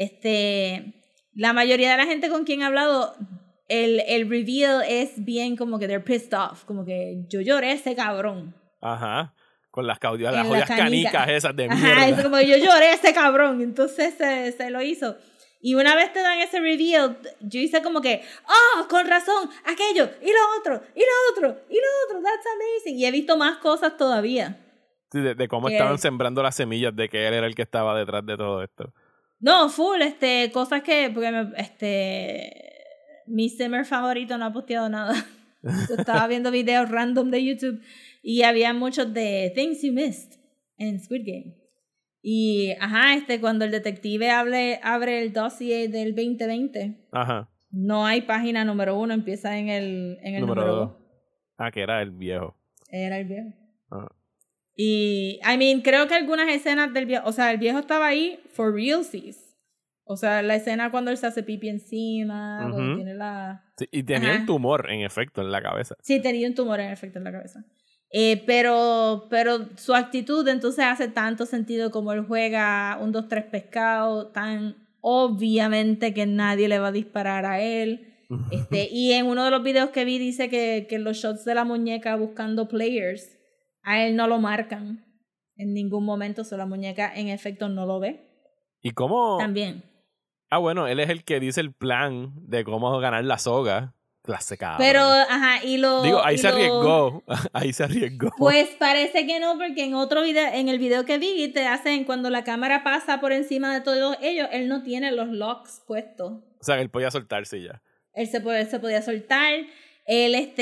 La mayoría de la gente con quien he hablado, el reveal es bien como que they're pissed off, como que yo lloré ese cabrón. Ajá, con las joyas canicas esas de mierda. Ajá, eso como que yo lloré ese cabrón, entonces se lo hizo. Y una vez te dan ese reveal, yo hice como que, con razón, aquello, y lo otro, that's amazing. Y he visto más cosas todavía. Sí, de cómo estaban sembrando las semillas de que él era el que estaba detrás de todo esto. No, full, cosas que, porque mi simmer favorito no ha posteado nada. Estaba viendo videos random de YouTube y había muchos de Things You Missed en Squid Game. Y, cuando el detective abre el dossier del 2020, Ajá. no hay página número 1, empieza en el número 2. Que era el viejo. Era el viejo. Ajá. Y, creo que algunas escenas del viejo, o sea, el viejo estaba ahí for realsies. O sea, la escena cuando él se hace pipi encima, cuando tiene la... Sí, y tenía un tumor, en efecto, en la cabeza. Sí, tenía un tumor, en efecto, en la cabeza. Pero su actitud entonces hace tanto sentido como él juega 1, 2, 3 pescado, tan obviamente que nadie le va a disparar a él. Y en uno de los videos que vi dice que los shots de la muñeca buscando players, a él no lo marcan en ningún momento, la muñeca en efecto no lo ve. ¿Y cómo? También. Bueno, él es el que dice el plan de cómo ganar la soga. Clase cabrón. Pero, y lo... Digo, ahí y se arriesgó. Ahí se arriesgó. Pues parece que no, porque en otro video, en el video que vi, te hacen cuando la cámara pasa por encima de todos ellos, él no tiene los locks puestos. O sea, que él podía soltarse ya. Él se podía soltar. Él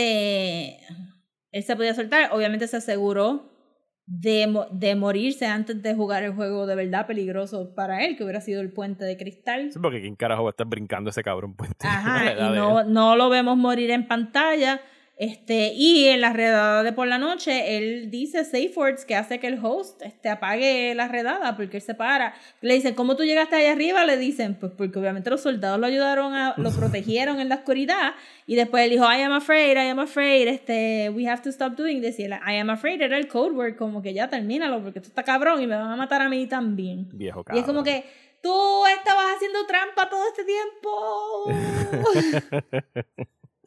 se podía soltar. Obviamente se aseguró de morirse antes de jugar el juego de verdad peligroso para él, que hubiera sido el puente de cristal. Sí, porque ¿quién carajo va a estar brincando ese cabrón puente? Y no lo vemos morir en pantalla. Y en la redada de por la noche, él dice safe words que hace que el host apague la redada porque él se para. Le dicen, ¿cómo tú llegaste allá arriba? Le dicen, pues porque obviamente los soldados lo ayudaron, lo protegieron en la oscuridad. Y después él dijo, I am afraid, we have to stop doing this. Y el I am afraid era el code word, como que ya termínalo porque esto está cabrón y me van a matar a mí también. Viejo cabrón. Y es como que, tú estabas haciendo trampa todo este tiempo.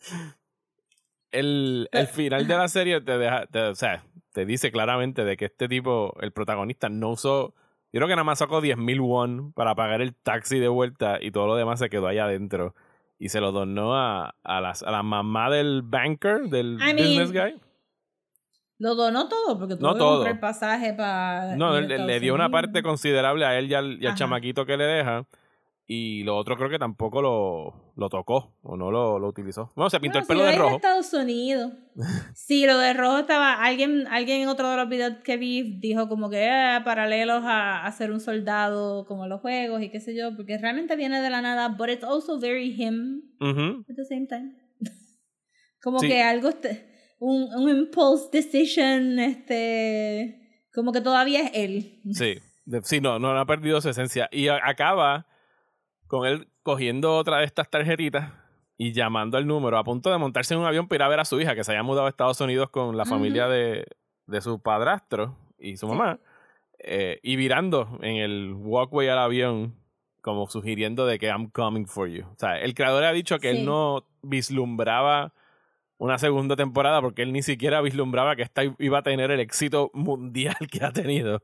El final de la serie te dice claramente de que este tipo, el protagonista, no usó... Yo creo que nada más sacó 10,000 won para pagar el taxi de vuelta y todo lo demás se quedó allá adentro. Y se lo donó a la mamá del banker, del business guy. Lo donó todo porque tuvo que comprar el pasaje para... No, le dio una parte considerable a él y al chamaquito que le deja. Y lo otro creo que tampoco lo tocó o no lo utilizó. Bueno, se pintó el pelo de rojo. En Estados Unidos. Sí, lo de rojo estaba... Alguien en otro de los videos que vi dijo como que paralelos a ser un soldado como en los juegos y qué sé yo, porque realmente viene de la nada, but it's also very him at the same time. Como que algo... Un impulse decision, como que todavía es él. Sí, no ha perdido su esencia. Y acaba con él cogiendo otra de estas tarjetitas y llamando al número, a punto de montarse en un avión para ir a ver a su hija, que se había mudado a Estados Unidos con la familia de su padrastro y su mamá, y virando en el walkway al avión, como sugiriendo de que I'm coming for you. O sea, el creador ha dicho que él no vislumbraba una segunda temporada porque él ni siquiera vislumbraba que esta iba a tener el éxito mundial que ha tenido.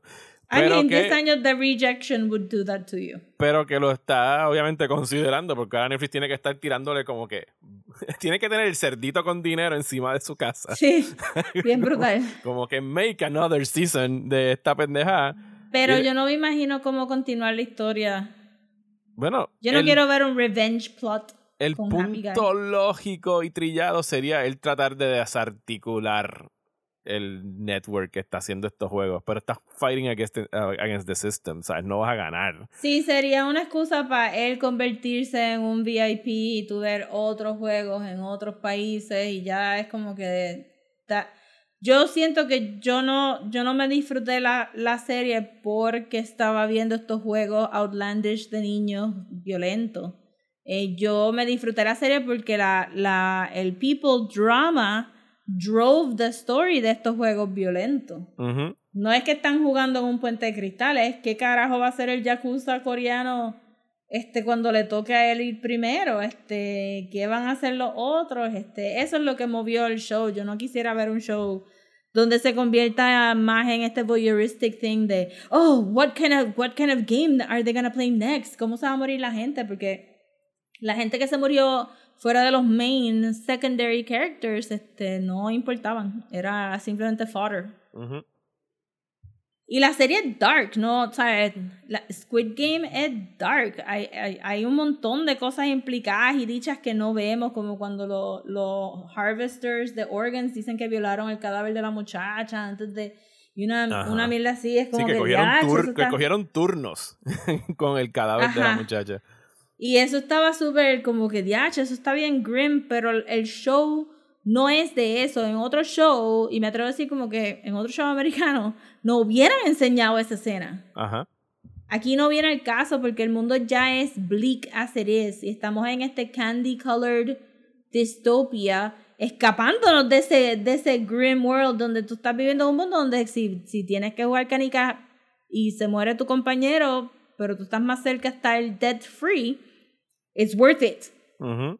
En 10 años the rejection would do that to you. Pero que lo está obviamente considerando, porque ahora Netflix tiene que estar tirándole como que tiene que tener el cerdito con dinero encima de su casa. Sí, bien brutal. Como que make another season de esta pendejada. Pero yo no me imagino cómo continuar la historia. Bueno, yo no quiero ver un revenge plot. El punto lógico y trillado sería él tratar de desarticular el network que está haciendo estos juegos, pero estás fighting against the system, ¿sabes? No vas a ganar. Sí, sería una excusa para él convertirse en un VIP y tú ver otros juegos en otros países y ya es como que... Yo siento que yo no me disfruté la serie porque estaba viendo estos juegos outlandish de niños violentos. Yo me disfruté la serie porque el people drama drove the story de estos juegos violentos. Uh-huh. No es que están jugando en un puente de cristal, es que carajo va a ser el yakuza coreano cuando le toque a él ir primero, qué van a hacer los otros, eso es lo que movió el show. Yo no quisiera ver un show donde se convierta más en este voyeuristic thing de what kind of game are they gonna play next, cómo se va a morir la gente, porque la gente que se murió fuera de los main secondary characters no importaban, era simplemente fodder. Uh-huh. Y la serie es dark, ¿no? O sea, Squid Game es dark. Hay un montón de cosas implicadas y dichas que no vemos, como cuando los harvesters de organs dicen que violaron el cadáver de la muchacha antes de... Y una mierda así, es como que cogieron turnos con el cadáver de la muchacha. Y eso estaba súper como que eso está bien grim, pero el show no es de eso. En otro show, y me atrevo a decir como que en otro show americano, no hubieran enseñado esa escena. Ajá. Aquí no viene el caso porque el mundo ya es bleak as it is. Y estamos en candy-colored dystopia, escapándonos de ese grim world donde tú estás viviendo un mundo donde si tienes que jugar canicas y se muere tu compañero, pero tú estás más cerca de estar debt free, it's worth it. Uh-huh.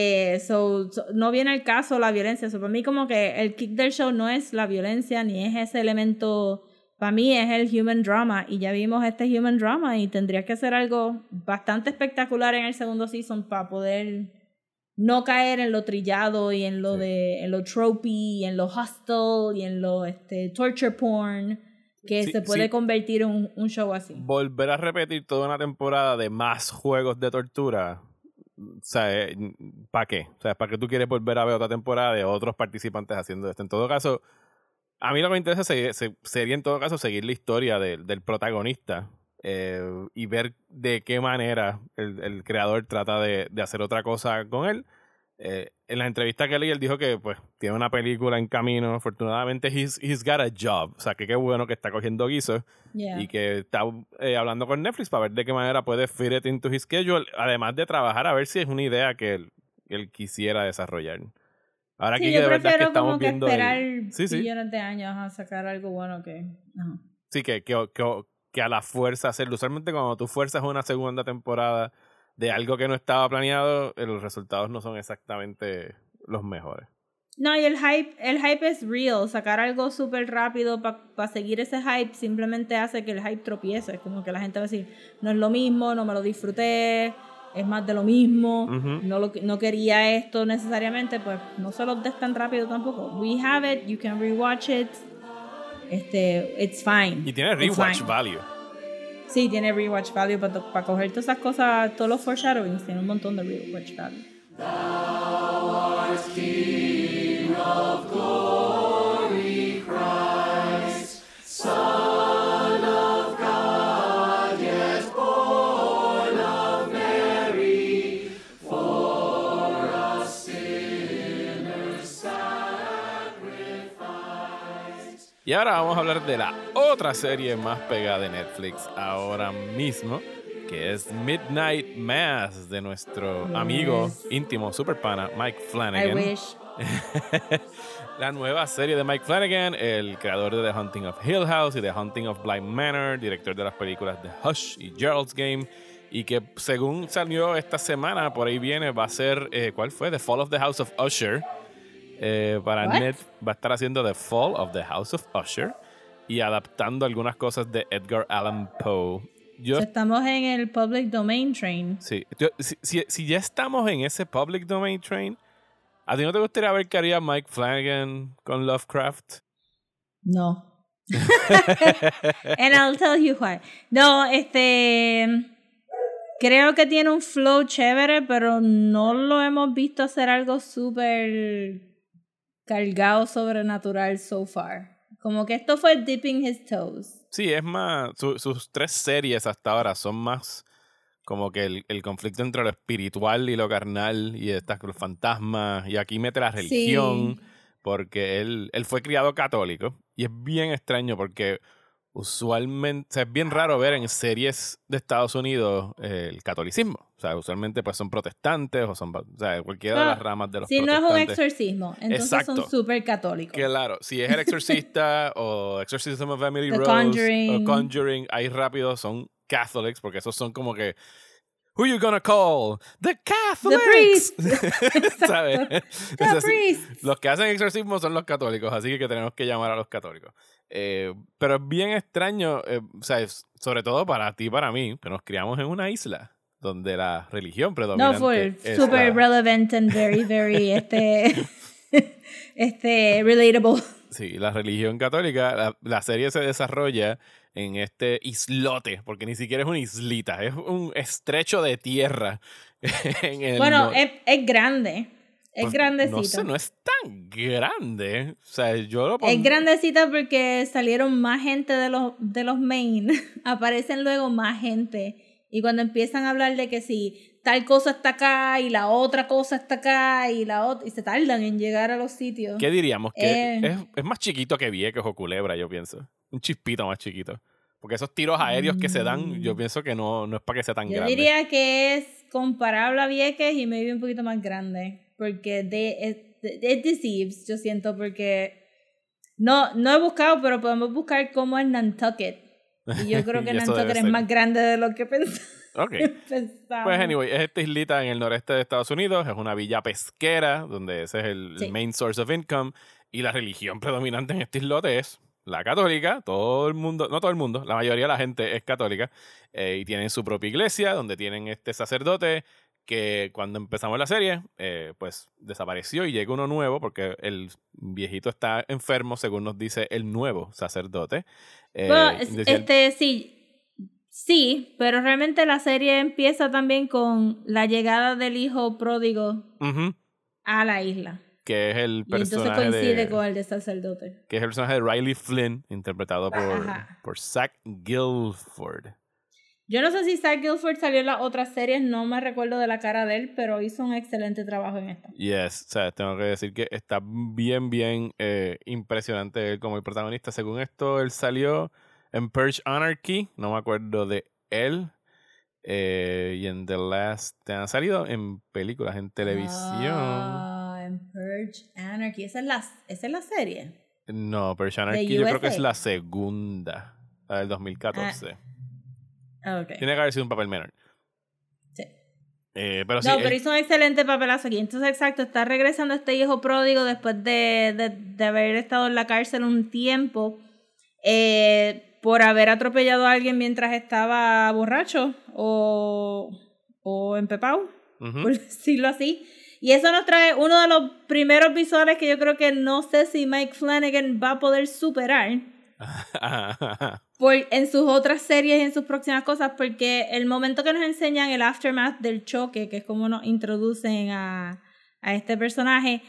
No viene el caso la violencia. Para mí como que el kick del show no es la violencia ni es ese elemento. Para mí es el human drama y ya vimos human drama y tendría que ser algo bastante espectacular en el segundo season para poder no caer en lo trillado y en lo en lo tropey y en lo hostile y en lo torture porn que se puede convertir en un show así. Volver a repetir toda una temporada de más juegos de tortura, o sea, ¿para qué? O sea, ¿para qué tú quieres volver a ver otra temporada de otros participantes haciendo esto? En todo caso, a mí lo que me interesa sería en todo caso seguir la historia del protagonista y ver de qué manera el creador trata de hacer otra cosa con él. En la entrevista que leí, él dijo que pues tiene una película en camino. Afortunadamente, he's got a job. O sea, que qué bueno que está cogiendo guisos. Yeah. Y que está hablando con Netflix para ver de qué manera puede fit it into his schedule. Además de trabajar a ver si es una idea que él quisiera desarrollar. Ahora sí, aquí yo de verdad que estamos como que viendo esperar millones de años a sacar algo bueno que... Uh-huh. Sí, que a la fuerza hacerlo. Usualmente cuando tú fuerzas una segunda temporada de algo que no estaba planeado, los resultados no son exactamente los mejores. No, y el hype es real. Sacar algo súper rápido para seguir ese hype simplemente hace que el hype tropiece. Como que la gente va a decir, no es lo mismo, no me lo disfruté, es más de lo mismo, uh-huh. no quería esto necesariamente, pues no se lo des tan rápido tampoco. We have it, you can rewatch it. It's fine. Y tiene rewatch value. Sí, tiene rewatch value para coger todas esas cosas, todos los foreshadowings, tiene un montón de rewatch value. Thou art King of glory, Christ, Son of God, yet born of Mary, for us sinners sacrificed. Y ahora vamos a hablar de la otra serie más pegada de Netflix ahora mismo, que es Midnight Mass, de nuestro amigo íntimo super pana Mike Flanagan. I wish. La nueva serie de Mike Flanagan, el creador de The Haunting of Hill House y The Haunting of Bly Manor, director de las películas The Hush y Gerald's Game, y que según salió esta semana, por ahí viene, va a ser, ¿cuál fue? The Fall of the House of Usher. Para Net va a estar haciendo The Fall of the House of Usher. y adaptando algunas cosas de Edgar Allan Poe. Estamos en el public domain train. Sí. Si ya estamos en ese public domain train, ¿a ti no te gustaría ver qué haría Mike Flanagan con Lovecraft? No. And I'll tell you why. No, creo que tiene un flow chévere, pero no lo hemos visto hacer algo súper cargado sobrenatural so far. Como que esto fue dipping his toes. Sí, es más, sus 3 series hasta ahora son más como que el conflicto entre lo espiritual y lo carnal y los fantasmas, y aquí mete la religión, sí. Porque él fue criado católico y es bien extraño porque usualmente, o sea, es bien raro ver en series de Estados Unidos el catolicismo. O sea, usualmente pues son protestantes o son, o sea, cualquiera de las ramas de los protestantes. Si no es un exorcismo, entonces Exacto. Son súper católicos. Claro, si es El Exorcista o Exorcism of Emily Rose Conjuring. o Conjuring, ahí rápido son Catholics, porque esos son como que Who you gonna call? The Catholics. The priest. ¿Sabes? The priest. Los que hacen exorcismo son los católicos, así que tenemos que llamar a los católicos. Pero es bien extraño, o sea, sobre todo para ti y para mí, que nos criamos en una isla donde la religión predominante fue super relevant and very, very relatable. Sí, la religión católica, la serie se desarrolla en este islote, porque ni siquiera es una islita, es un estrecho de tierra. Es grande. Es pues, grandecito. No sé, no es tan grande. O sea, yo lo Es grandecita porque salieron más gente de los main. Aparecen luego más gente. Y cuando empiezan a hablar de que si tal cosa está acá y la otra cosa está acá y la otra, y se tardan en llegar a los sitios. ¿Qué diríamos? Que es más chiquito que Vieques o Culebra, yo pienso. Un chispito más chiquito. Porque esos tiros aéreos que se dan, yo pienso que no es para que sea tan grande. Yo diría que es comparable a Vieques y maybe un poquito más grande. Porque it deceives, yo siento, porque no he buscado, pero podemos buscar cómo es Nantucket. Y yo creo que Nantucket es más grande de lo que pensaba. Okay. Pues anyway, es esta islita en el noreste de Estados Unidos, es una villa pesquera, donde ese es el main source of income, y la religión predominante en este islote es la católica. Todo el mundo, no todo el mundo, la mayoría de la gente es católica, y tienen su propia iglesia, donde tienen este sacerdote que cuando empezamos la serie, pues desapareció y llega uno nuevo porque el viejito está enfermo, según nos dice el nuevo sacerdote. Sí, pero realmente la serie empieza también con la llegada del hijo pródigo a la isla. Que es el personaje y entonces coincide con el de sacerdote. Que es el personaje de Riley Flynn, interpretado por Zach Gilford. Yo no sé si Zach Gilford salió en las otras series, no me recuerdo de la cara de él, pero hizo un excelente trabajo en esta. Yes, o sea, tengo que decir que está bien impresionante él como el protagonista. Según esto, él salió en Purge Anarchy, no me acuerdo de él, y en The Last, han salido en películas, en televisión. En Purge Anarchy, ¿esa es la serie? No, Purge Anarchy yo creo que es la segunda, la del 2014. Okay. Tiene que haber sido un papel menor. Sí. Pero hizo un excelente papelazo aquí. Entonces, exacto, está regresando este hijo pródigo después de haber estado en la cárcel un tiempo por haber atropellado a alguien mientras estaba borracho o empepado, por decirlo así. Y eso nos trae uno de los primeros visuales que yo creo que no sé si Mike Flanagan va a poder superar. En sus otras series y en sus próximas cosas, porque el momento que nos enseñan el aftermath del choque, que es como nos introducen a este personaje,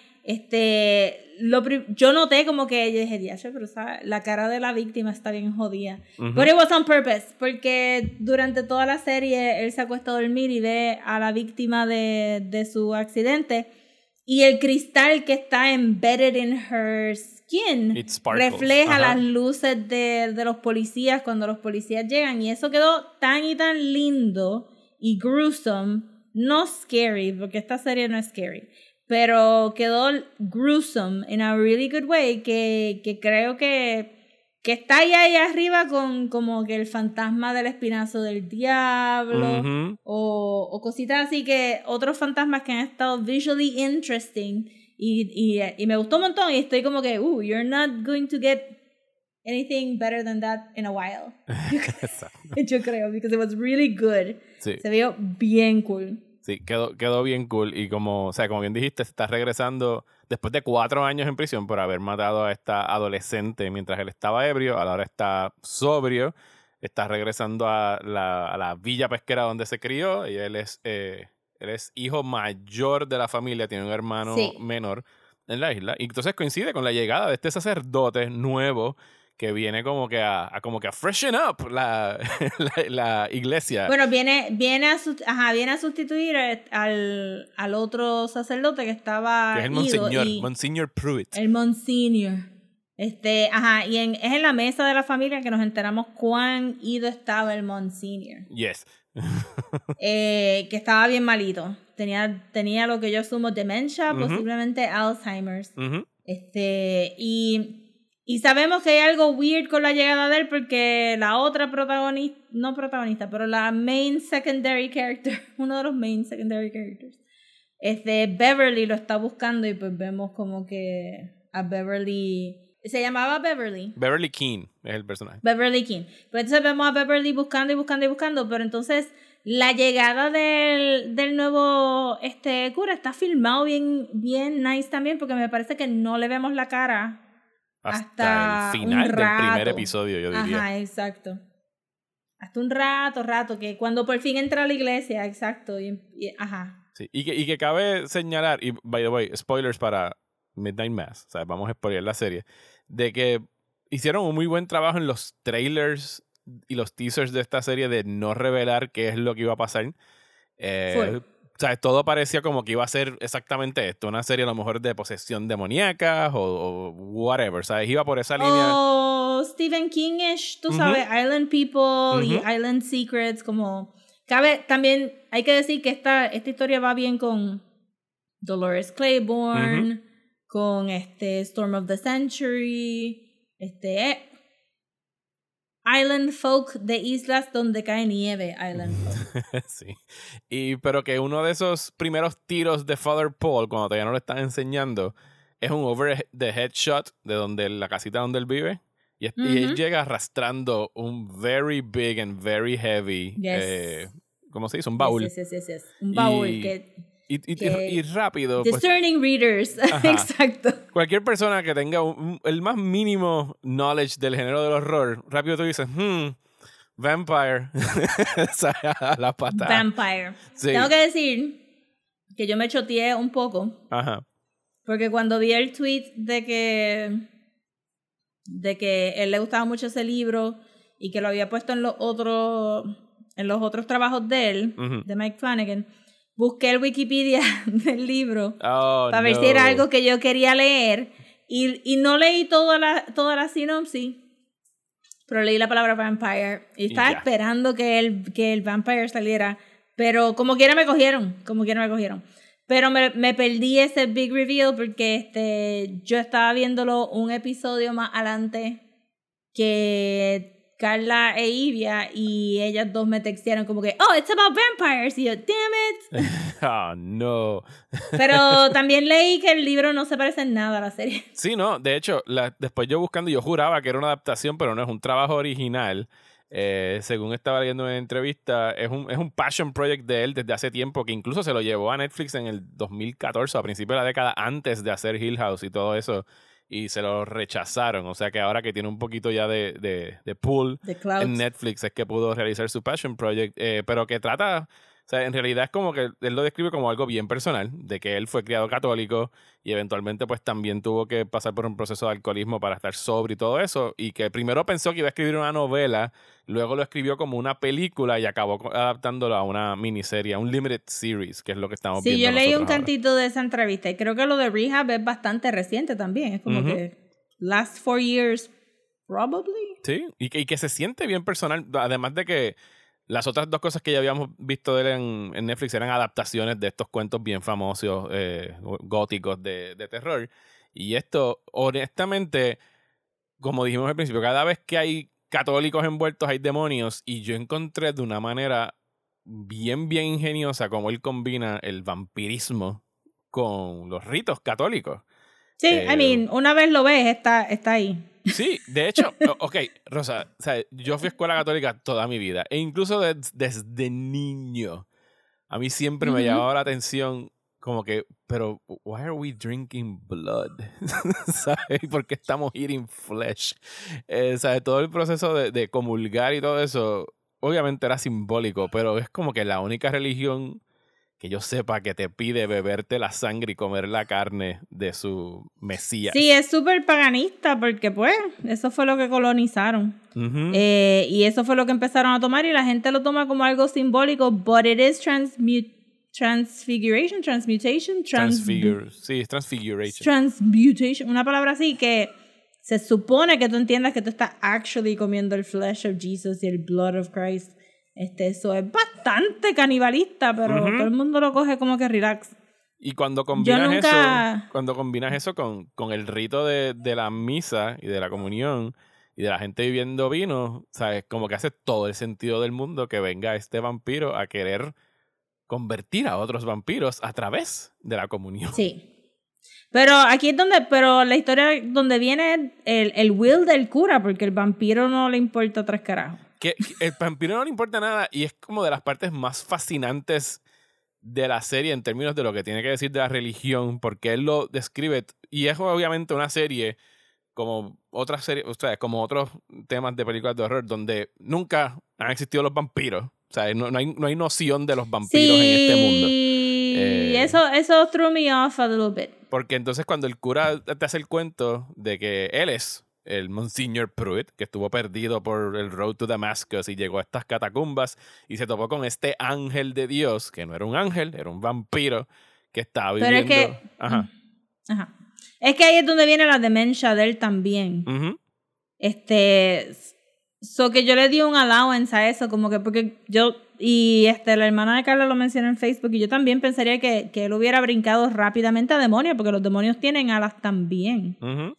yo noté como que yo dije, diache, pero ¿sabes? La cara de la víctima está bien jodida. But it was on purpose, porque durante toda la serie él se acuesta a dormir y ve a la víctima de su accidente, y el cristal que está embedded in her skin refleja las luces de los policías cuando los policías llegan, y eso quedó tan y tan lindo y gruesome, no scary, porque esta serie no es scary, pero quedó gruesome in a really good way, que creo que está ahí arriba con como que el fantasma del espinazo del diablo o cositas así, que otros fantasmas que han estado visually interesting y me gustó un montón, y estoy como que you're not going to get anything better than that in a while. Exacto. Yo creo, because it was really good. Sí. Se vio bien cool. Sí, quedó bien cool. Y como bien dijiste, está regresando después de 4 años en prisión por haber matado a esta adolescente mientras él estaba ebrio. Ahora está sobrio. Está regresando a la villa pesquera donde se crió. Y él es hijo mayor de la familia. Tiene un hermano menor en la isla. Y entonces coincide con la llegada de este sacerdote nuevo que viene como que a freshen up la iglesia. Bueno, viene a sustituir al otro sacerdote que estaba que es el Monseñor, Monseñor Pruitt. El Monseñor. Y es en la mesa de la familia que nos enteramos cuán ido estaba el Monseñor. Yes. Que estaba bien malito. Tenía lo que yo asumo demencia, posiblemente Alzheimer's. Y sabemos que hay algo weird con la llegada de él porque la otra no protagonista, pero la main secondary character, uno de los main secondary characters, Beverly lo está buscando y pues vemos como que a Beverly, se llamaba Beverly. Beverly Keane es el personaje. Beverly Keane. Pues entonces vemos a Beverly buscando, pero entonces la llegada del nuevo cura está filmado bien nice también porque me parece que no le vemos la cara hasta el final del primer episodio, yo diría. Ajá, exacto. Hasta un rato, que cuando por fin entra a la iglesia, exacto. Ajá. Sí, y que cabe señalar, y by the way, spoilers para Midnight Mass, o sea, vamos a spoiler la serie, de que hicieron un muy buen trabajo en los trailers y los teasers de esta serie de no revelar qué es lo que iba a pasar. O sea, todo parecía como que iba a ser exactamente esto, una serie a lo mejor de posesión demoníaca o whatever, ¿sabes? Iba por esa línea. Stephen King-ish, tú sabes, Island People y Island Secrets, como... También hay que decir que esta historia va bien con Dolores Claiborne, con Storm of the Century, Island Folk de islas donde cae nieve, Island Folk. Sí. Pero que uno de esos primeros tiros de Father Paul, cuando todavía no lo están enseñando, es un over the head shot de la casita donde él vive. Y él llega arrastrando un very big and very heavy, ¿cómo se dice? Un baúl. Yes. Un baúl y rápido. Discerning pues, readers. Exacto. Cualquier persona que tenga el más mínimo knowledge del género del horror, rápido tú dices, vampire. O sea, la patada. Vampire. Sí. Tengo que decir que yo me choteé un poco. Ajá. Porque cuando vi el tweet de que él le gustaba mucho ese libro y que lo había puesto en los otros trabajos de él, de Mike Flanagan, busqué el Wikipedia del libro para ver si era algo que yo quería leer y no leí toda la sinopsis, pero leí la palabra vampire y estaba esperando que el vampire saliera, pero como quiera me cogieron. Pero me perdí ese big reveal porque yo estaba viéndolo un episodio más adelante que Carla e Ivia y ellas dos me textearon como que, oh, it's about vampires. Y yo, damn it. Oh, no. Pero también leí que el libro no se parece en nada a la serie. Sí, no. De hecho, después yo buscando, yo juraba que era una adaptación, pero no es un trabajo original. Según estaba leyendo en entrevista, es un passion project de él desde hace tiempo, que incluso se lo llevó a Netflix en el 2014, a principios de la década, antes de hacer Hill House y todo eso. Y se lo rechazaron. O sea que ahora que tiene un poquito ya de pull en Netflix es que pudo realizar su passion project. Pero que trata... O sea, en realidad es como que él lo describe como algo bien personal, de que él fue criado católico y eventualmente pues también tuvo que pasar por un proceso de alcoholismo para estar sobrio y todo eso, y que primero pensó que iba a escribir una novela, luego lo escribió como una película y acabó adaptándolo a una miniserie, a un limited series, que es lo que estamos viendo. Sí, yo leí un cantito de esa entrevista y creo que lo de Rehab es bastante reciente también, es como que last 4 years probably. Sí, y que se siente bien personal, además de que las otras 2 cosas que ya habíamos visto de él en Netflix eran adaptaciones de estos cuentos bien famosos, góticos de terror. Y esto, honestamente, como dijimos al principio, cada vez que hay católicos envueltos hay demonios. Y yo encontré de una manera bien ingeniosa cómo él combina el vampirismo con los ritos católicos. Sí, una vez lo ves, está ahí. Sí, de hecho, ok, Rosa, o sea, yo fui a escuela católica toda mi vida. E incluso desde niño, a mí siempre me llamaba la atención como que, pero, why are we drinking blood? ¿Sabes? ¿Por qué estamos eating flesh? ¿Sabes? Todo el proceso de comulgar y todo eso, obviamente era simbólico, pero es como que la única religión que yo sepa que te pide beberte la sangre y comer la carne de su Mesías. Sí, es súper paganista porque pues eso fue lo que colonizaron. Y eso fue lo que empezaron a tomar y la gente lo toma como algo simbólico, but it is transmutation, sí, es transfiguration. Transmutation, una palabra así que se supone que tú entiendas que tú estás actually comiendo el flesh of Jesus y el blood of Christ. Eso es bastante canibalista, pero todo el mundo lo coge como que relax. Y cuando combinas eso con el rito de la misa y de la comunión y de la gente viviendo vino, ¿sabes? Como que hace todo el sentido del mundo que venga este vampiro a querer convertir a otros vampiros a través de la comunión. Sí. Pero aquí es pero la historia donde viene el will del cura, porque el vampiro no le importa tres carajos. Que el vampiro no le importa nada y es como de las partes más fascinantes de la serie en términos de lo que tiene que decir de la religión, porque él lo describe, y es obviamente una serie como otras series, o sea, como otros temas de películas de horror donde nunca han existido los vampiros. O sea, no hay noción de los vampiros en este mundo. Sí, eso threw me off a little bit. Porque entonces cuando el cura te hace el cuento de que él es el Monsignor Pruitt, que estuvo perdido por el Road to Damascus y llegó a estas catacumbas y se topó con este ángel de Dios, que no era un ángel, era un vampiro que estaba viviendo... Pero es que... Ajá. Es que ahí es donde viene la demencia de él también. So que yo le di un allowance a eso, como que porque yo... Y la hermana de Carla lo mencionó en Facebook y yo también pensaría que él hubiera brincado rápidamente a demonios, porque los demonios tienen alas también.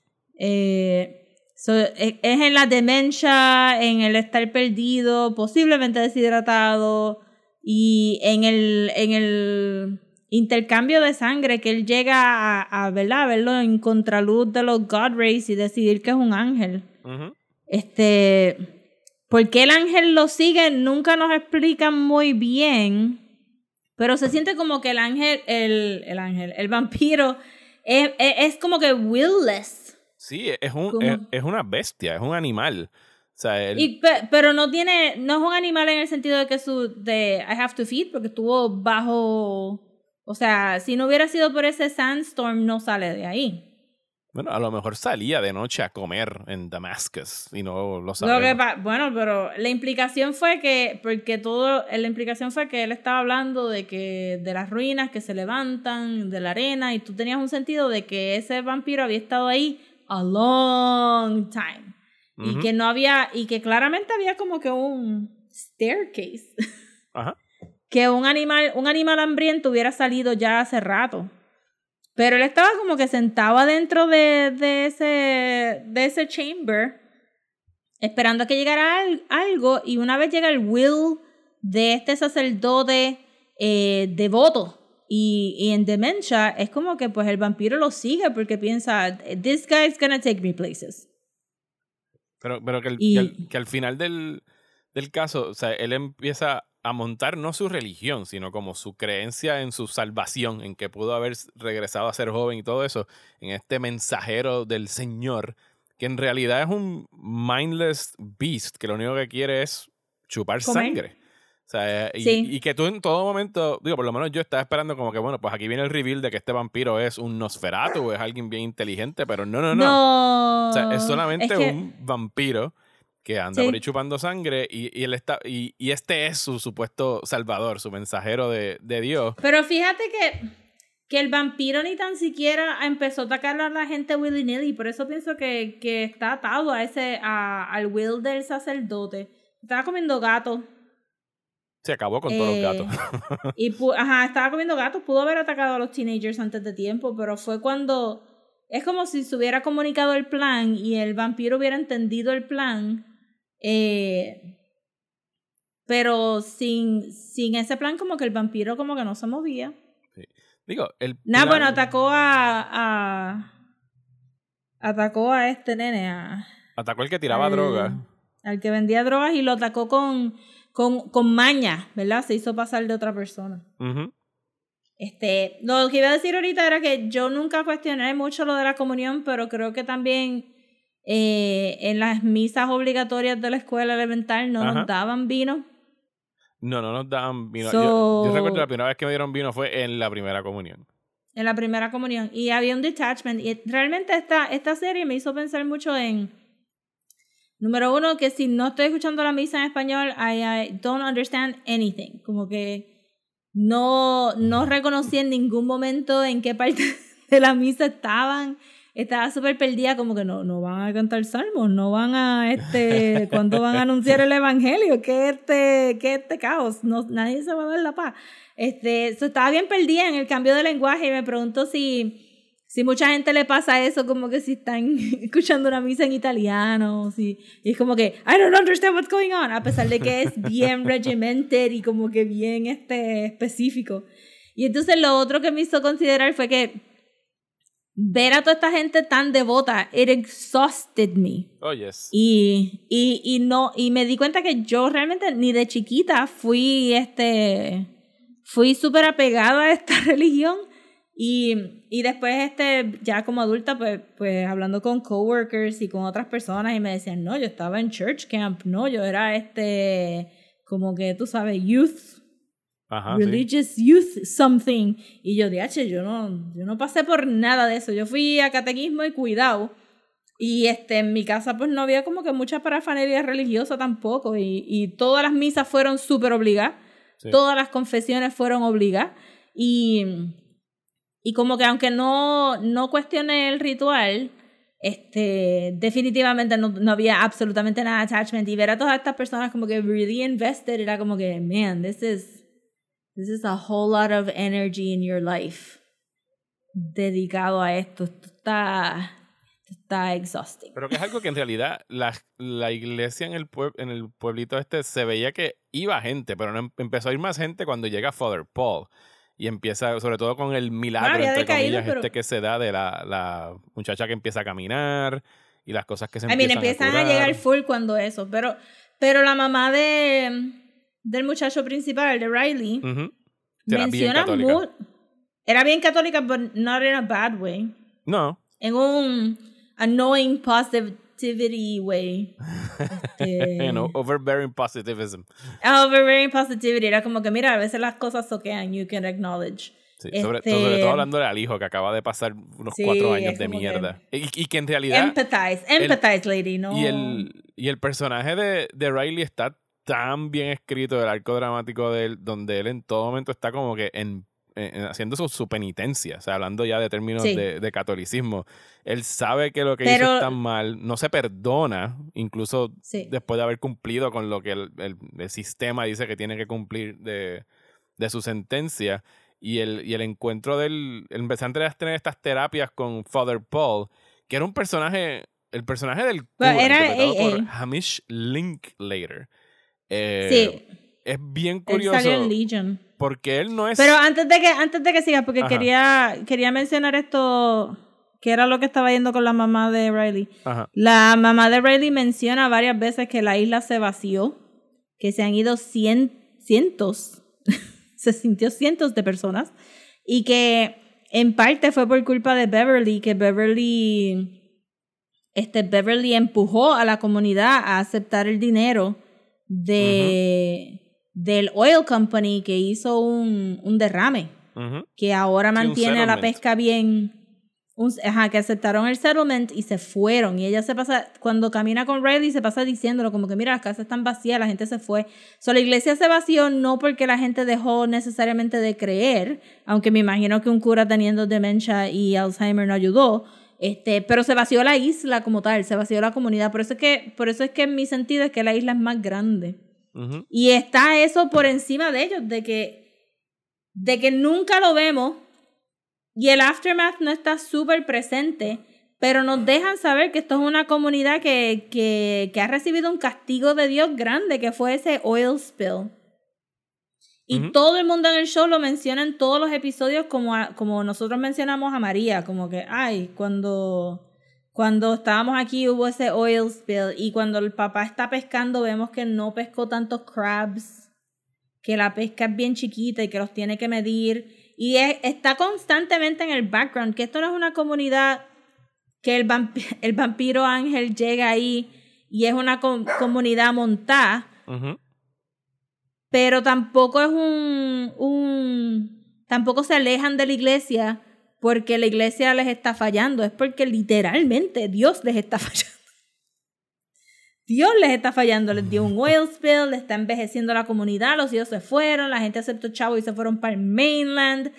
Es en la demencia, en el estar perdido, posiblemente deshidratado y en el intercambio de sangre que él llega a verlo en contraluz de los God Rays y decidir que es un ángel. ¿Por qué el ángel lo sigue? Nunca nos explican muy bien, pero se siente como que el vampiro es como que willless. Sí, es una bestia, es un animal. O sea, pero no es un animal en el sentido de que I have to feed, porque estuvo bajo, o sea, si no hubiera sido por ese sandstorm, no sale de ahí. Bueno, a lo mejor salía de noche a comer en Damascus y no lo sabemos. Bueno, pero la implicación fue que, él estaba hablando de las ruinas que se levantan, de la arena, y tú tenías un sentido de que ese vampiro había estado ahí a long time. Y que no había, y que claramente había como que un staircase. Que un animal hambriento hubiera salido ya hace rato. Pero él estaba como que sentado dentro de ese chamber, esperando a que llegara algo, y una vez llega el will de este sacerdote devoto, y en demencia, es como que pues el vampiro lo sigue porque piensa, this guy's gonna take me places. Pero que al final del caso, o sea, él empieza a montar no su religión, sino como su creencia en su salvación, en que pudo haber regresado a ser joven y todo eso, en este mensajero del Señor, que en realidad es un mindless beast, que lo único que quiere es chupar sangre. O sea, y que tú en todo momento, digo, por lo menos yo estaba esperando como que, bueno, pues aquí viene el reveal de que este vampiro es un Nosferatu, es alguien bien inteligente, pero no. O sea, es solamente un vampiro que anda por ahí chupando sangre y él está y este es su supuesto salvador, su mensajero de Dios. Pero fíjate que el vampiro ni tan siquiera empezó a atacar a la gente willy-nilly, por eso pienso que está atado al will del sacerdote. Estaba comiendo gatos. Se acabó con todos los gatos. Estaba comiendo gatos. Pudo haber atacado a los teenagers antes de tiempo, pero fue cuando... Es como si se hubiera comunicado el plan y el vampiro hubiera entendido el plan, pero sin ese plan como que el vampiro como que no se movía. Sí. Digo, atacó a atacó a este nene, Atacó al que tiraba drogas. Al que vendía drogas y lo atacó con maña, ¿verdad? Se hizo pasar de otra persona. Uh-huh. Lo que iba a decir ahorita era que yo nunca cuestioné mucho lo de la comunión, pero creo que también en las misas obligatorias de la escuela elemental no nos daban vino. No nos daban vino. Yo recuerdo la primera vez que me dieron vino fue en la primera comunión. En la primera comunión. Y había un detachment. Y realmente esta serie me hizo pensar mucho en... Número uno, que si no estoy escuchando la misa en español, I don't understand anything. Como que no reconocí en ningún momento en qué parte de la misa estaban. Estaba súper perdida, como que no van a cantar salmos, no van a, ¿cuándo van a anunciar el evangelio? ¿Qué este caos? Nadie se va a dar la paz. Estaba bien perdida en el cambio de lenguaje y me pregunto si mucha gente le pasa eso, como que si están escuchando una misa en italiano, y es como que, I don't understand what's going on, a pesar de que es bien regimented y como que bien específico. Y entonces lo otro que me hizo considerar fue que ver a toda esta gente tan devota, it exhausted me. Oh, yes. Y me di cuenta que yo realmente ni de chiquita fui súper apegada a esta religión. Y después ya como adulta pues hablando con coworkers y con otras personas y me decían, no, yo estaba en church camp, no, yo era como que tú sabes, youth. Ajá, religious sí. Youth something. Y yo dije, yo no pasé por nada de eso. Yo fui a catequismo y cuidado. Y en mi casa pues no había como que mucha parafernalia religiosa tampoco. Y todas las misas fueron súper obligadas. Sí. Todas las confesiones fueron obligadas. Y como que aunque no cuestioné el ritual, definitivamente no había absolutamente nada de attachment. Y ver a todas estas personas como que really invested era como que, man, this is a whole lot of energy in your life dedicado a esto. Esto está exhausting. Pero que es algo que en realidad la iglesia en el pueblito se veía que iba gente, pero no empezó a ir más gente cuando llega Father Paul. Y empieza, sobre todo con el milagro, entre comillas, que se da de la muchacha que empieza a caminar y las cosas que se empiezan a llegar full cuando eso. Pero la mamá del muchacho principal, de Riley, menciona era bien católica, but not in a bad way. No. En un annoying positivity way. Overbearing positivism. Overbearing positivity. Era como que, mira, a veces las cosas soquean, you can acknowledge. Sí, sobre todo hablándole al hijo que acaba de pasar unos 4 años de mierda. Y que en realidad... Empathize, lady, ¿no? Y el personaje de Riley está tan bien escrito, el arco dramático de él, donde él en todo momento está como que haciendo su penitencia, o sea, hablando ya de términos de catolicismo. Él sabe que lo que hizo está mal, no se perdona, incluso después de haber cumplido con lo que el sistema dice que tiene que cumplir de su sentencia. Y el encuentro él empezó a tener estas terapias con Father Paul, que era el personaje del cura, interpretado por Hamish Linklater. Es bien curioso. Él salió en Legion. Porque él no es... Pero antes de que sigas, porque quería mencionar esto, que era lo que estaba yendo con la mamá de Riley. Ajá. La mamá de Riley menciona varias veces que la isla se vació, que se han ido cientos de personas, y que en parte fue por culpa de Beverly, que Beverly empujó a la comunidad a aceptar el dinero del oil company que hizo un derrame, que ahora mantiene a la pesca bien, que aceptaron el settlement y se fueron. Y ella se pasa, cuando camina con Riley, se pasa diciéndolo como que mira, las casas están vacías, la gente se fue. La iglesia se vació no porque la gente dejó necesariamente de creer, aunque me imagino que un cura teniendo demencia y Alzheimer no ayudó, pero se vació la isla como tal, se vació la comunidad. Por eso es que en mi sentido es que la isla es más grande. Y está eso por encima de ellos, de que nunca lo vemos y el aftermath no está súper presente, pero nos dejan saber que esto es una comunidad que ha recibido un castigo de Dios grande, que fue ese oil spill. Y todo el mundo en el show lo menciona en todos los episodios como nosotros mencionamos a María, como que, ay, cuando Cuando estábamos aquí hubo ese oil spill y cuando el papá está pescando vemos que no pescó tantos crabs, que la pesca es bien chiquita y que los tiene que medir y está constantemente en el background, que esto no es una comunidad que el vampiro ángel llega ahí y es una comunidad montada, pero tampoco es tampoco se alejan de la iglesia porque la iglesia les está fallando, es porque literalmente Dios les está fallando. Dios les está fallando, les dio un oil spill, le está envejeciendo la comunidad, los hijos se fueron, la gente aceptó chavo y se fueron para el mainland,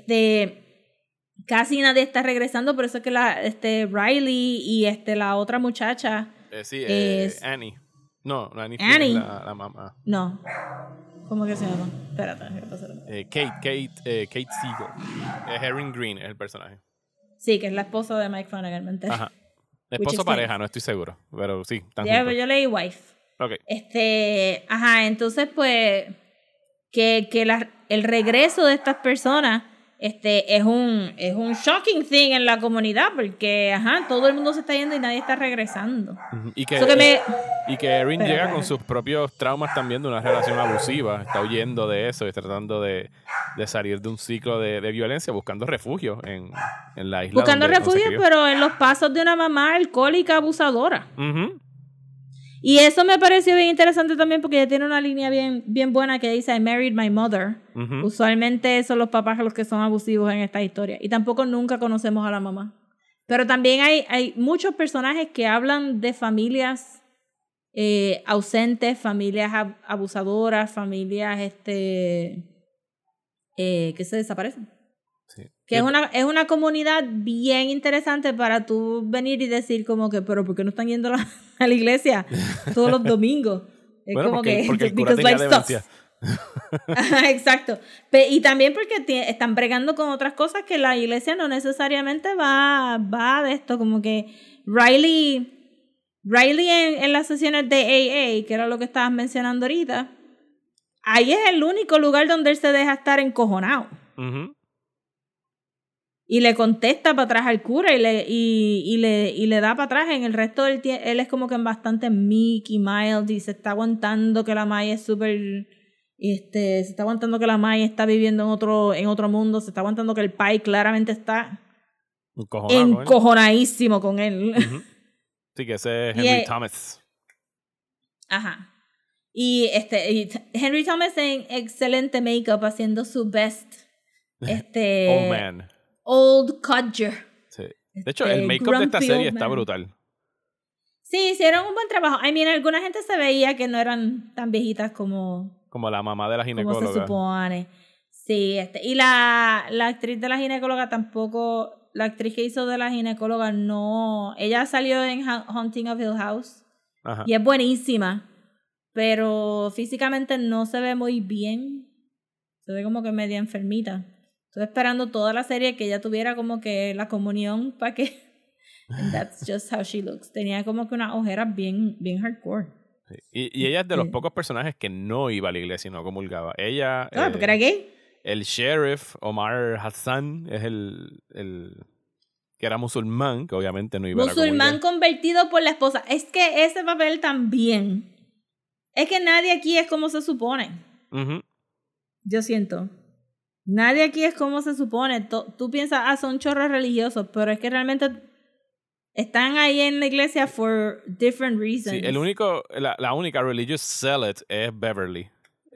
casi nadie está regresando, por eso es que Riley y la otra muchacha Annie. No Annie. Annie. La mamá. No. ¿Cómo que se llama? Espérate, Kate Siegel. Herring Green es el personaje. Sí, que es la esposa de Mike Flanagan, ¿me entiendes? Ajá. Esposo o pareja, no estoy seguro, pero sí, están juntos. Yo leí wife. Okay. Entonces pues el regreso de estas personas es un shocking thing en la comunidad porque todo el mundo se está yendo y nadie está regresando. Y que Erin llega con sus propios traumas también de una relación abusiva, está huyendo de eso y tratando de salir de un ciclo de violencia, buscando refugio en la isla. Buscando refugio, pero en los pasos de una mamá alcohólica abusadora. Y eso me pareció bien interesante también porque ella tiene una línea bien, bien buena que dice I married my mother. Usualmente son los papás los que son abusivos en esta historia. Y tampoco nunca conocemos a la mamá. Pero también hay muchos personajes que hablan de familias ausentes, familias abusadoras, familias que se desaparecen. Sí. Que es una comunidad bien interesante para tú venir y decir como que, pero ¿por qué no están yendo a la iglesia todos los domingos? Es bueno, como porque el cura tenía demencia. Exacto. Y también porque están bregando con otras cosas que la iglesia no necesariamente va de esto, como que Riley en las sesiones de AA, que era lo que estabas mencionando ahorita, ahí es el único lugar donde él se deja estar encojonado. Y le contesta para atrás al cura y le da para atrás. En el resto del tiempo, él es como que bastante meek y mild y se está aguantando que la Maya es súper... se está aguantando que la Maya está viviendo en otro mundo. Se está aguantando que el pai claramente está encojonadísimo con él. Sí, que ese es Henry Thomas. Ajá. Y Henry Thomas en excelente make-up haciendo su best. Old man. Old Codger. Sí. De hecho, el make-up de esta serie está brutal. Sí, hicieron un buen trabajo. Alguna gente se veía que no eran tan viejitas como la mamá de la ginecóloga. Como se supone. Sí, y la actriz de la ginecóloga tampoco, la actriz que hizo de la ginecóloga no, ella salió en Haunting of Hill House. Ajá. Y es buenísima, pero físicamente no se ve muy bien. Se ve como que media enfermita. Estoy esperando toda la serie que ella tuviera como que la comunión para que... And that's just how she looks. Tenía como que unas ojeras bien, bien hardcore. Sí. Y ella es de los pocos personajes que no iba a la iglesia y no comulgaba. Ella... Claro, porque era gay. El sheriff, Omar Hassan, es el que era musulmán, que obviamente no iba a la comulgar. Musulmán convertido por la esposa. Es que ese papel también... Es que nadie aquí es como se supone. Yo siento... Nadie aquí es como se supone. Tú piensas, son chorros religiosos, pero es que realmente están ahí en la iglesia for different reasons. Sí, la única religious zealot es Beverly,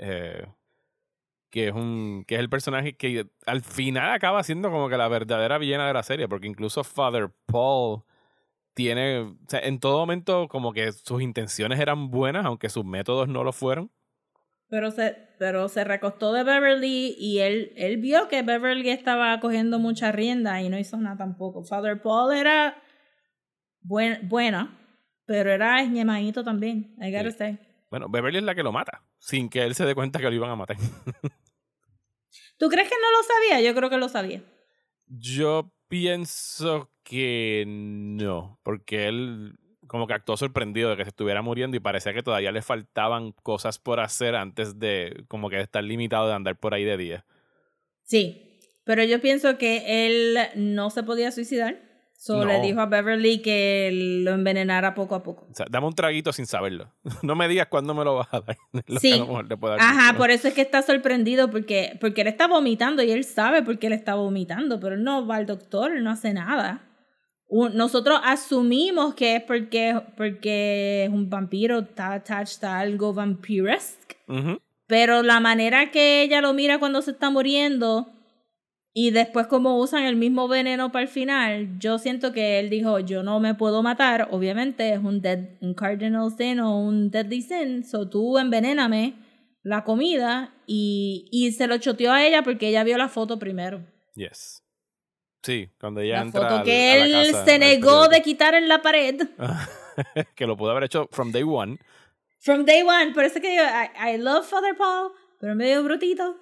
que es el personaje que al final acaba siendo como que la verdadera villana de la serie, porque incluso Father Paul tiene, o sea, en todo momento como que sus intenciones eran buenas, aunque sus métodos no lo fueron. Pero se recostó de Beverly y él vio que Beverly estaba cogiendo mucha rienda y no hizo nada tampoco. Father Paul era buena, pero era ñemadito también. I gotta say. Bueno, Beverly es la que lo mata, sin que él se dé cuenta que lo iban a matar. ¿Tú crees que no lo sabía? Yo creo que lo sabía. Yo pienso que no, porque él... como que actuó sorprendido de que se estuviera muriendo y parecía que todavía le faltaban cosas por hacer antes de como que estar limitado de andar por ahí de día. Sí, pero yo pienso que él no se podía suicidar. So le dijo a Beverly que lo envenenara poco a poco. O sea, dame un traguito sin saberlo. No me digas cuándo me lo vas a dar. Sí. Que a lo mejor le puedo dar Ajá, por eso es que está sorprendido porque él está vomitando y él sabe por qué él está vomitando, pero él no va al doctor, él no hace nada. Nosotros asumimos que es porque es un vampiro, está attached a algo vampiresque. Uh-huh. Pero la manera que ella lo mira cuando se está muriendo y después como usan el mismo veneno para el final, yo siento que él dijo, yo no me puedo matar, obviamente es un cardinal sin o un deadly sin, so tú envenéname la comida y se lo choteó a ella porque ella vio la foto primero. Yes. Sí, cuando ella la entra foto que a la él casa, se negó de quitar en la pared. Que lo pudo haber hecho from day one. From day one, por eso que digo, I love Father Paul, pero medio brutito.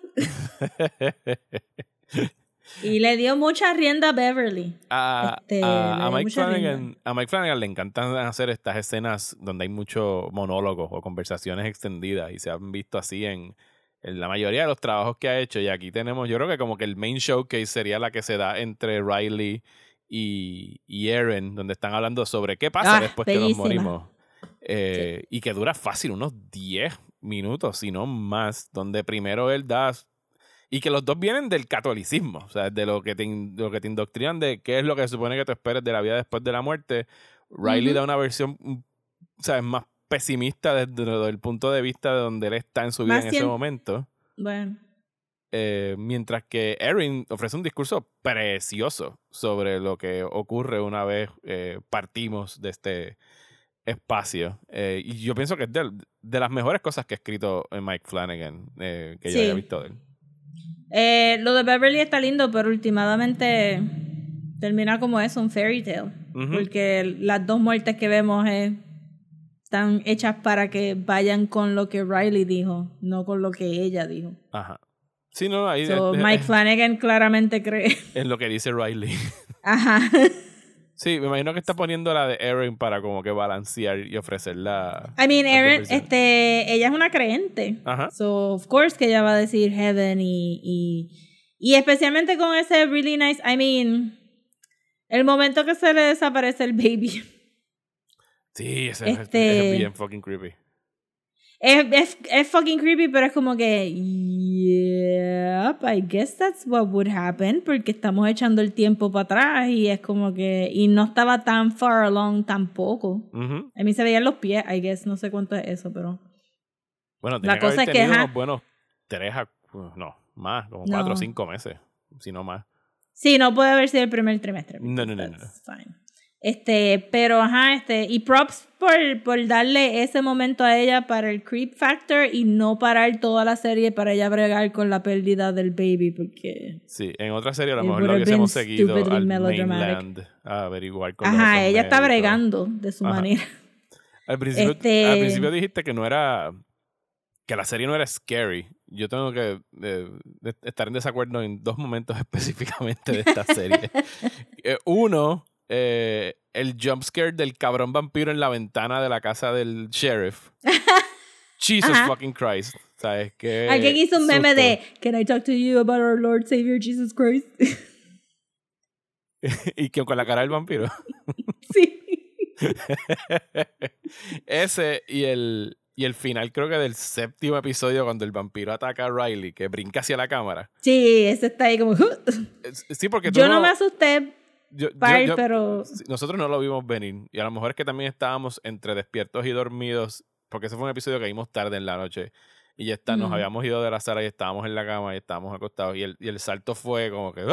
Y le dio mucha rienda a Beverly. A Mike Flanagan le encantan hacer estas escenas donde hay mucho monólogos o conversaciones extendidas y se han visto así en la mayoría de los trabajos que ha hecho. Y aquí tenemos, yo creo que como que el main showcase sería la que se da entre Riley y Aaron, donde están hablando sobre qué pasa después que nos morimos. Sí. Y que dura fácil unos 10 minutos, si no más, donde primero él da... Y que los dos vienen del catolicismo, o sea, de lo que te indoctrinan de qué es lo que se supone que te esperes de la vida después de la muerte. Riley da una versión, ¿sabes?, más pesimista desde el punto de vista de donde él está en su vida en ese momento. Bueno. Mientras que Erin ofrece un discurso precioso sobre lo que ocurre una vez partimos de este espacio. Y yo pienso que es de las mejores cosas que ha escrito Mike Flanagan que yo haya visto de él. Lo de Beverly está lindo, pero últimamente termina como eso, un fairy tale. Uh-huh. Porque las dos muertes que vemos están hechas para que vayan con lo que Riley dijo, no con lo que ella dijo. Ajá. Sí, no, ahí Mike Flanagan claramente cree en lo que dice Riley. Ajá. Sí, me imagino que está poniendo la de Erin para como que balancear y ofrecerla. I mean, Erin, ella es una creyente. Ajá. So, of course que ella va a decir heaven y especialmente con ese really nice, I mean, el momento que se le desaparece el baby. Sí, es bien fucking creepy. Es fucking creepy, pero es como que, yep, I guess that's what would happen, porque estamos echando el tiempo para atrás y es como que, y no estaba tan far along tampoco. Uh-huh. A mí se veían los pies, I guess, no sé cuánto es eso, pero... Bueno, la cosa es que unos buenos 4 o 5 meses, si no más. Sí, no puede haber sido el primer trimestre. No. Fine. Pero y props por darle ese momento a ella para el creep factor y no parar toda la serie para ella bregar con la pérdida del baby, porque sí, en otra serie a lo mejor lo hubiésemos seguido al mainland a averiguar con ella está bregando de su manera. Al principio dijiste que no era, que la serie no era scary. Yo tengo que estar en desacuerdo en 2 momentos específicamente de esta serie. Uno, el jumpscare del cabrón vampiro en la ventana de la casa del sheriff. Jesus fucking Christ. ¿Sabes qué? Alguien hizo un meme de Can I talk to you about our Lord Savior Jesus Christ? Y que con la cara del vampiro. Sí. Ese y el final creo que del 7º episodio cuando el vampiro ataca a Riley, que brinca hacia la cámara. Sí, ese está ahí como... Sí, porque yo no me asusté. Pero nosotros no lo vimos venir y a lo mejor es que también estábamos entre despiertos y dormidos porque ese fue un episodio que vimos tarde en la noche y ya nos habíamos ido de la sala y estábamos en la cama y estábamos acostados y el salto fue como que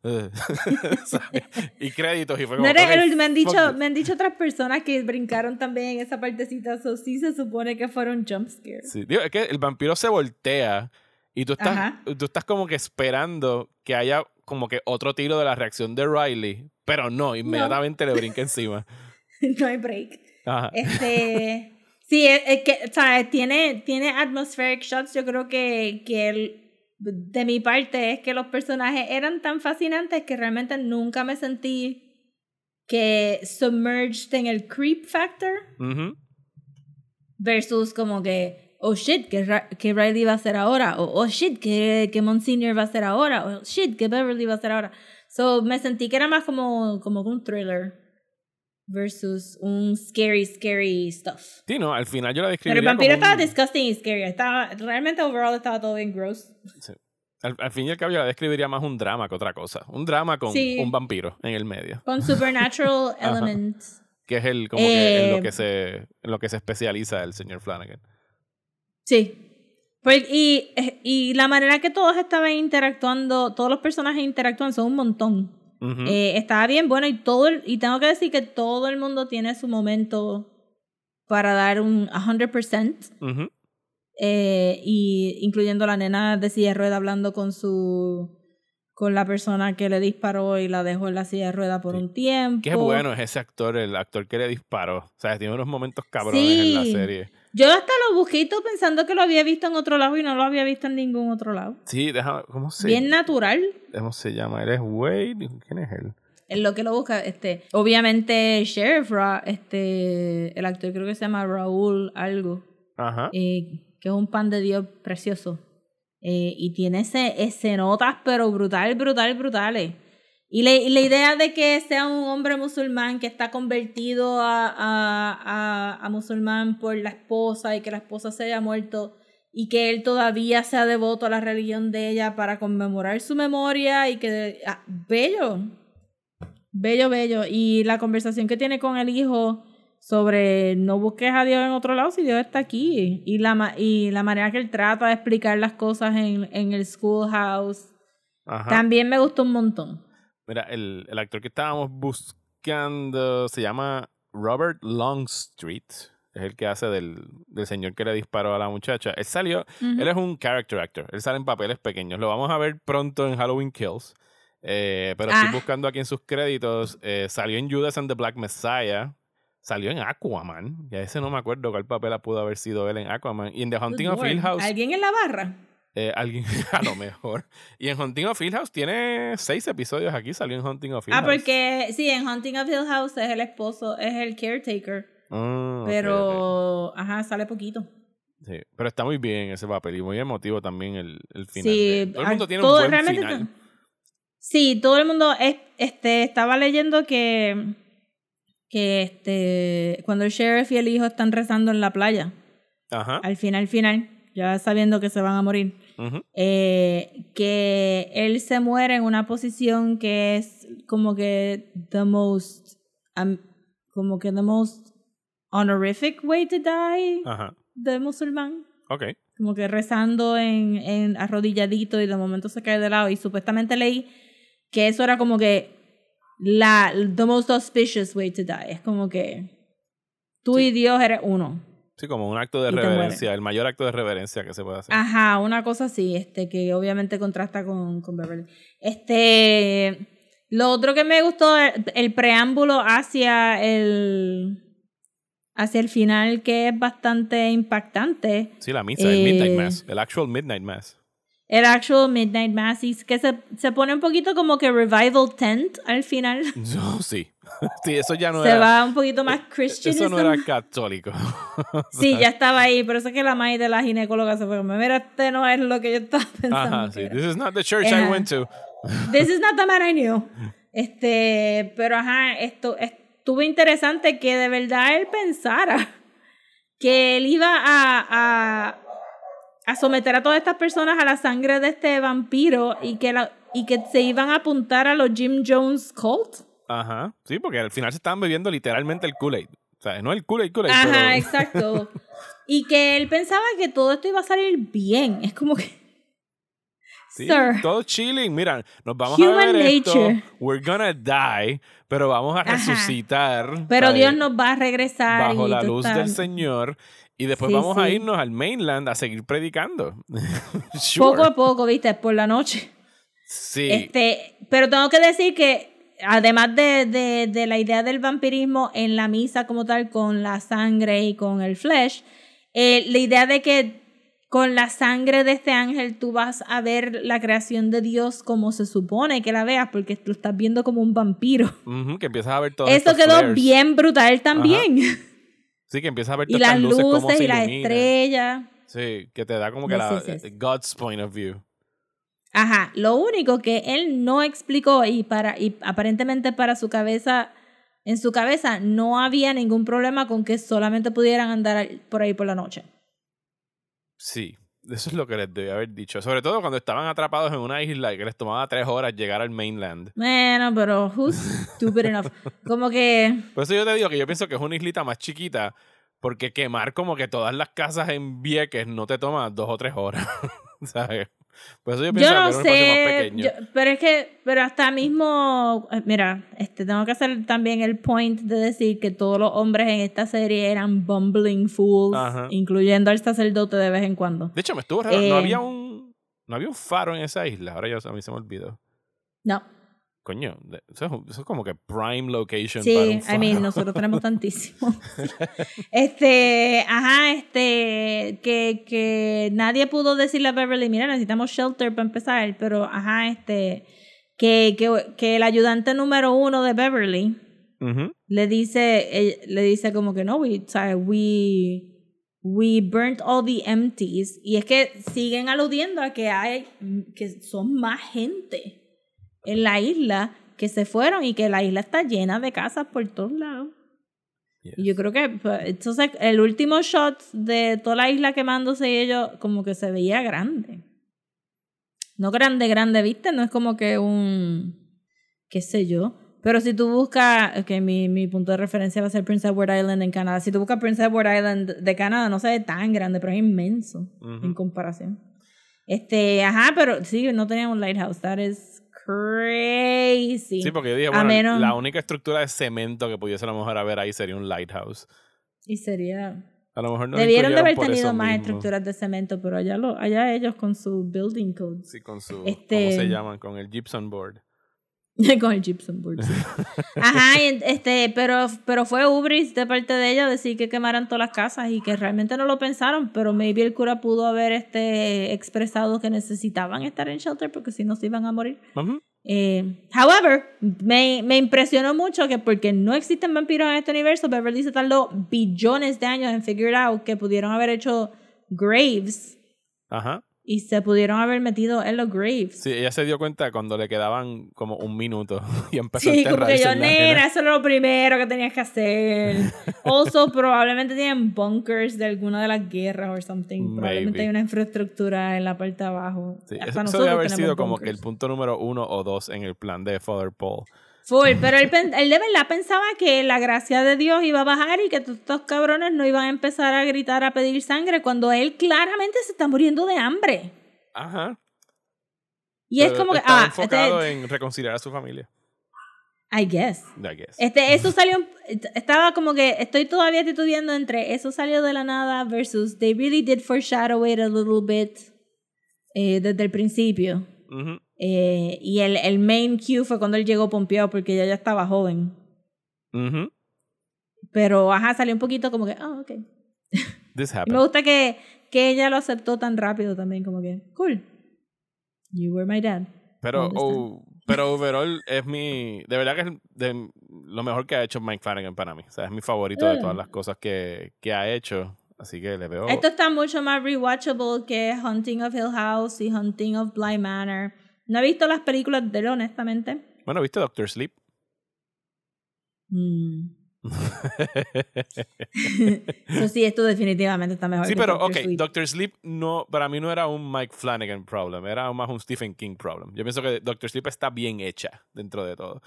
y créditos y fue como me han dicho otras personas que brincaron también en esa partecita, so sí se supone que fueron jump scares. Sí, digo, es que el vampiro se voltea y tú estás como que esperando que haya como que otro tiro de la reacción de Riley, pero no, inmediatamente le brinca encima. No hay break. Ajá. Sí, es que, o sea, tiene atmospheric shots. Yo creo que de mi parte es que los personajes eran tan fascinantes que realmente nunca me sentí que submerged en el creep factor. Uh-huh. Versus como que oh shit, que Riley va a hacer ahora, o oh shit, que Monsignor va a hacer ahora, o oh shit, que Beverly va a hacer ahora. So, me sentí que era más como un thriller versus un scary stuff. Sí, no, al final yo la Pero describiría el vampiro como estaba disgusting y scary. Realmente, overall, estaba todo bien gross. Sí. Al fin y al cabo yo la describiría más un drama que otra cosa. Un drama con Sí. un vampiro en el medio. Con supernatural elements. Que es como que en lo que se especializa el señor Flanagan. Sí. Pues, y la manera que todos estaban interactuando, todos los personajes interactúan son un montón. Uh-huh. Estaba bien bueno y tengo que decir que todo el mundo tiene su momento para dar un 100%. Uh-huh. Y incluyendo la nena de silla de rueda hablando con la persona que le disparó y la dejó en la silla de rueda por un tiempo. Qué bueno es ese actor, el actor que le disparó. O sea, tiene unos momentos cabrones en la serie. Yo hasta lo busqué y todo pensando que lo había visto en otro lado y no lo había visto en ningún otro lado. Sí, ¿cómo se Bien natural. ¿Cómo se llama? ¿Él es Wade? ¿Quién es él? En lo que lo busca, obviamente Sheriff, el actor creo que se llama Raúl algo. Ajá. Que es un pan de Dios precioso. Y tiene escenotas, pero brutales. Y la idea de que sea un hombre musulmán que está convertido a musulmán por la esposa y que la esposa se haya muerto y que él todavía sea devoto a la religión de ella para conmemorar su memoria y que... bello. Y la conversación que tiene con el hijo sobre no busques a Dios en otro lado si Dios está aquí. Y la manera que él trata de explicar las cosas en el schoolhouse. Ajá. También me gustó un montón. Mira, el actor que estábamos buscando se llama Robert Longstreet. Es el que hace del señor que le disparó a la muchacha. Él salió, él es un character actor. Él sale en papeles pequeños. Lo vamos a ver pronto en Halloween Kills. Pero estoy buscando aquí en sus créditos. Salió en Judas and the Black Messiah. Salió en Aquaman. Y a ese no me acuerdo cuál papel pudo haber sido él en Aquaman. Y en The Haunting of Hill House. ¿Alguien en la barra? Alguien, a lo mejor. Y en Haunting of Hill House tiene 6 episodios aquí. Salió en Haunting of Hill House. Porque sí, en Haunting of Hill House es el esposo, es el caretaker. Pero, okay. Ajá, sale poquito. Sí, pero está muy bien ese papel y muy emotivo también el final. Sí, todo el mundo tiene un buen final. Sí, todo el mundo estaba leyendo que cuando el sheriff y el hijo están rezando en la playa. Ajá. Al final, ya sabiendo que se van a morir. Uh-huh. Que él se muere en una posición que es como que the most honorific way to die. Ajá. De musulmán. Okay. Como que rezando en arrodilladito y de momento se cae de lado. Y supuestamente leí que eso era como que the most auspicious way to die. Es como que tú y Dios eres uno. Sí, como un acto de reverencia, el mayor acto de reverencia que se puede hacer. Ajá, una cosa así, que obviamente contrasta con Beverly. Lo otro que me gustó, el preámbulo hacia el final, que es bastante impactante. Sí, la misa, el Midnight Mass, el actual Midnight Mass. El actual Midnight Mass, y que se pone un poquito como que revival tent al final. No, sí. Sí, eso ya no se era... Se va un poquito más Christianism. Eso no era católico. Sí, ya estaba ahí, pero eso es que la madre de la ginecóloga se fue. Mira, no es lo que yo estaba pensando. Ajá, sí. This is not the church I went to. This is not the man I knew. Pero ajá, estuvo interesante que de verdad él pensara que él iba a someter a todas estas personas a la sangre de este vampiro y que se iban a apuntar a los Jim Jones cult. Ajá, sí, porque al final se estaban bebiendo literalmente el Kool-Aid. O sea, no el Kool-Aid, Ajá, pero... exacto. Y que él pensaba que todo esto iba a salir bien. Es como que... Sí, Sir, todo chilling. Mira, nos vamos human a ver nature. esto. We're gonna die, pero vamos a resucitar. Pero ¿sabes? Dios nos va a regresar. Bajo la luz del Señor. Y después vamos a irnos al mainland a seguir predicando. Sure. Poco a poco, viste, por la noche. Sí. Pero tengo que decir que además de la idea del vampirismo en la misa como tal, con la sangre y con el flesh, la idea de que con la sangre de este ángel tú vas a ver la creación de Dios como se supone que la veas, porque lo estás viendo como un vampiro. Que empiezas a ver todo eso quedó flares. bien brutal también. Ajá. Sí, que empiezas a ver y todas las luces luces cómo se y las ilumina. estrellas. Sí, que te da como que God's point of view. Ajá, lo único que él no explicó y aparentemente para su cabeza, en su cabeza no había ningún problema con que solamente pudieran andar por ahí por la noche. Sí, eso es lo que les debía haber dicho. Sobre todo cuando estaban atrapados en una isla y que les tomaba 3 horas llegar al mainland. Bueno, pero who's stupid enough? Como que... Por eso yo te digo que yo pienso que es una islita más chiquita, porque quemar como que todas las casas en Vieques no te toma 2 o 3 horas, ¿sabes? Por eso yo pienso que era un espacio más pequeño. Pero hasta mismo, mira, tengo que hacer también el point de decir que todos los hombres en esta serie eran bumbling fools, Ajá. incluyendo al sacerdote de vez en cuando. De hecho, me estuvo raro, no había un faro en esa isla, ahora a mí se me olvidó. No. Coño, eso es como que prime location sí, para un faro. Sí, nosotros tenemos tantísimo. Que nadie pudo decirle a Beverly, mira, necesitamos shelter para empezar, pero que el ayudante número 1 de Beverly le dice como que no, we burnt all the empties, y es que siguen aludiendo a que son más gente en la isla que se fueron y que la isla está llena de casas por todos lados. Yes. Y yo creo que entonces el último shot de toda la isla quemándose y ellos como que se veía grande. No grande, ¿viste? No es como que qué sé yo. Pero si tú buscas, que mi punto de referencia va a ser Prince Edward Island en Canadá. Si tú buscas Prince Edward Island de Canadá, no se ve tan grande, pero es inmenso en comparación. Pero sí, no teníamos un lighthouse. That is crazy. Sí, porque yo dije, bueno, la única estructura de cemento que pudiese a lo mejor haber ahí sería un lighthouse. Y sería... A lo mejor no debieron de haber tenido más estructuras de cemento, pero allá ellos con su building code. Sí, con su... ¿Cómo se llaman? Con el gypsum board. Con el gypsum board, sí. Ajá, pero fue hubris de parte de ella decir que quemaran todas las casas y que realmente no lo pensaron, pero maybe el cura pudo haber expresado que necesitaban estar en shelter porque si no se iban a morir. However, me impresionó mucho que porque no existen vampiros en este universo, Beverly se tardó billones de años en figure out que pudieron haber hecho graves. Ajá. Y se pudieron haber metido en los graves. Sí, ella se dio cuenta cuando le quedaban como 1 minuto y empezó a enterrarse. Sí, como que yo, nena, eso era lo primero que tenías que hacer. Also, probablemente tienen bunkers de alguna de las guerras o something. Maybe. Probablemente hay una infraestructura en la parte de abajo. Sí, eso debe haber sido como que el punto número 1 o 2 en el plan de Father Paul. Full, pero él de verdad pensaba que la gracia de Dios iba a bajar y que estos cabrones no iban a empezar a gritar, a pedir sangre, cuando él claramente se está muriendo de hambre. Ajá. Y pero es como que... Estaba enfocado en reconciliar a su familia. I guess. Eso salió... Estaba como que... Estoy todavía titubeando entre eso salió de la nada versus they really did foreshadow it a little bit desde el principio. Uh-huh. Y el main cue fue cuando él llegó pompeado porque ella ya estaba joven. Uh-huh. Pero salió un poquito como que ok. This happened. Y me gusta que ella lo aceptó tan rápido también, como que cool, you were my dad. Pero overall es de verdad que es de lo mejor que ha hecho Mike Flanagan para mí. O sea, es mi favorito de todas las cosas que ha hecho. Así que le veo... Esto está mucho más rewatchable que Haunting of Hill House y Haunting of Bly Manor. No he visto las películas de él, honestamente. Bueno, ¿viste Doctor Sleep? Eso sí, esto definitivamente está mejor. Sí, pero Doctor Sleep para mí no era un Mike Flanagan problem, era más un Stephen King problem. Yo pienso que Doctor Sleep está bien hecha dentro de todo.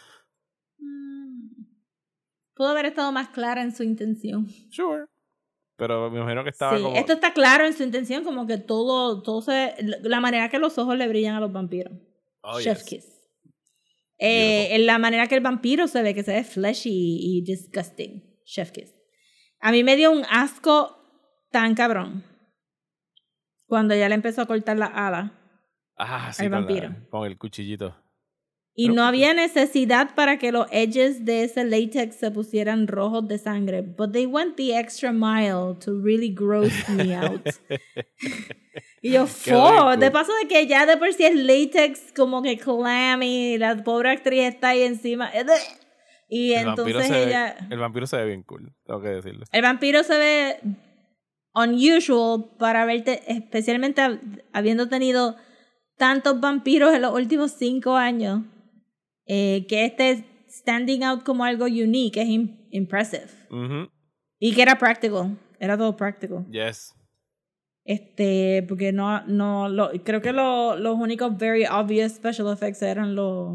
Pudo haber estado más clara en su intención. Sure. Pero me imagino que estaba como... Esto está claro en su intención, como que todo la manera que los ojos le brillan a los vampiros. Chef's kiss. En la manera que el vampiro se ve fleshy y disgusting. Chef's kiss. A mí me dio un asco tan cabrón cuando ya le empezó a cortar la ala al vampiro. Con el cuchillito. Y no había necesidad para que los edges de ese látex se pusieran rojos de sangre. But they went the extra mile to really gross me out. Y yo, de paso de que ya de por sí es látex como que clammy, la pobre actriz está ahí encima. Y entonces el vampiro se ve bien cool, tengo que decirlo. El vampiro se ve unusual para verte, especialmente habiendo tenido tantos vampiros en los últimos 5 años, que esté standing out como algo unique es impressive. Y que era practical, era todo practical. Yes. Porque creo que los únicos very obvious special effects eran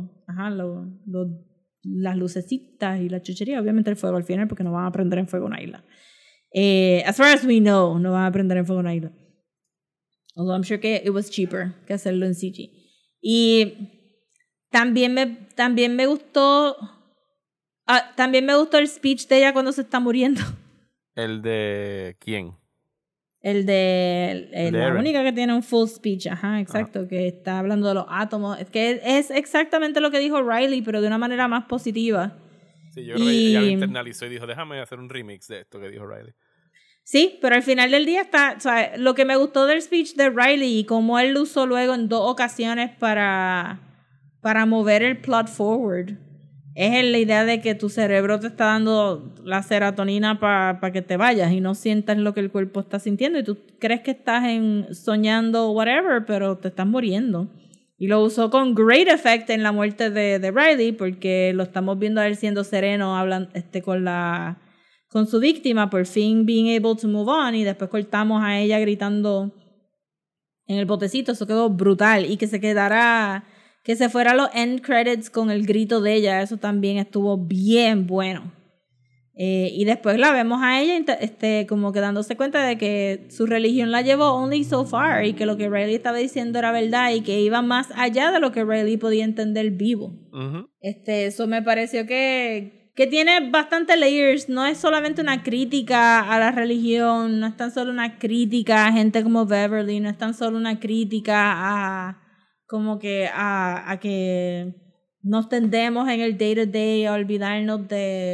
las lucecitas y la chuchería. Obviamente el fuego al final, porque no van a prender en fuego una isla. As far as we know, no van a prender en fuego una isla. Although I'm sure que it was cheaper que hacerlo en CG. Y también me gustó el speech de ella cuando se está muriendo. ¿El de quién? La única que tiene un full speech, exacto, que está hablando de los átomos. Es que es exactamente lo que dijo Riley, pero de una manera más positiva. Sí, yo creo que ella lo internalizó y dijo, déjame hacer un remix de esto que dijo Riley. Sí, pero al final del día o sea, lo que me gustó del speech de Riley y cómo él lo usó luego en 2 ocasiones para mover el plot forward, es la idea de que tu cerebro te está dando la serotonina para que te vayas y no sientas lo que el cuerpo está sintiendo y tú crees que estás soñando whatever, pero te estás muriendo. Y lo usó con great effect en la muerte de Riley, porque lo estamos viendo a él siendo sereno, hablando con su víctima, por fin being able to move on, y después cortamos a ella gritando en el botecito. Eso quedó brutal. Y que se fuera a los end credits con el grito de ella, eso también estuvo bien bueno. Y después la vemos a ella como que dándose cuenta de que su religión la llevó only so far, y que lo que Riley estaba diciendo era verdad y que iba más allá de lo que Riley podía entender vivo. Eso me pareció que tiene bastante layers. No es solamente una crítica a la religión, no es tan solo una crítica a gente como Beverly, no es tan solo una crítica a que nos tendemos en el day to day a olvidarnos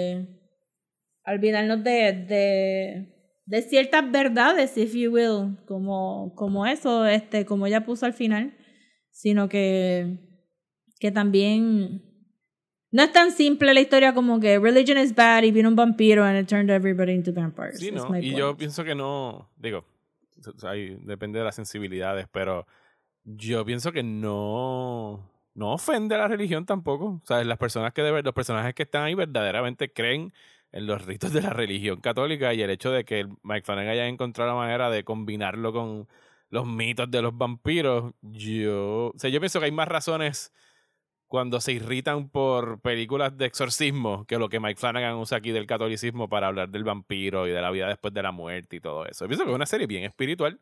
de ciertas verdades, if you will, como eso, como ella puso al final, sino que también no es tan simple la historia como que religion is bad y vino un vampiro and it turned everybody into vampires. Sí, no, y yo pienso que no, digo, ahí depende de las sensibilidades, pero yo pienso que no ofende a la religión tampoco. O sea, los personajes que están ahí verdaderamente creen en los ritos de la religión católica, y el hecho de que Mike Flanagan haya encontrado la manera de combinarlo con los mitos de los vampiros, yo pienso que hay más razones cuando se irritan por películas de exorcismo que lo que Mike Flanagan usa aquí del catolicismo para hablar del vampiro y de la vida después de la muerte y todo eso. Yo pienso que es una serie bien espiritual,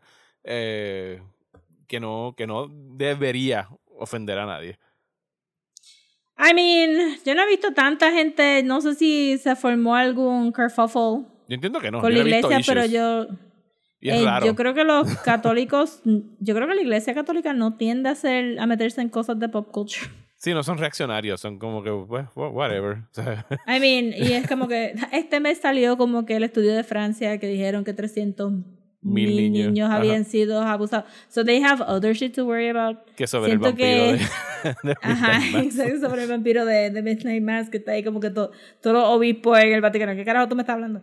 que no debería ofender a nadie. I mean, yo no he visto tanta gente, no sé si se formó algún kerfuffle. Yo entiendo que no. Con la iglesia, pero y es raro. Yo creo que los católicos, yo creo que la iglesia católica no tiende a meterse en cosas de pop culture. Sí, no son reaccionarios, son como que, whatever. I mean, y es como que este mes salió como que el estudio de Francia que dijeron que 300,000 niños habían sido abusados. So they have other shit to worry about. Que sobre el vampiro de exacto, sobre el vampiro de Midnight Mass, que está ahí como que todos los obispos en el Vaticano. ¿Qué carajo tú me estás hablando?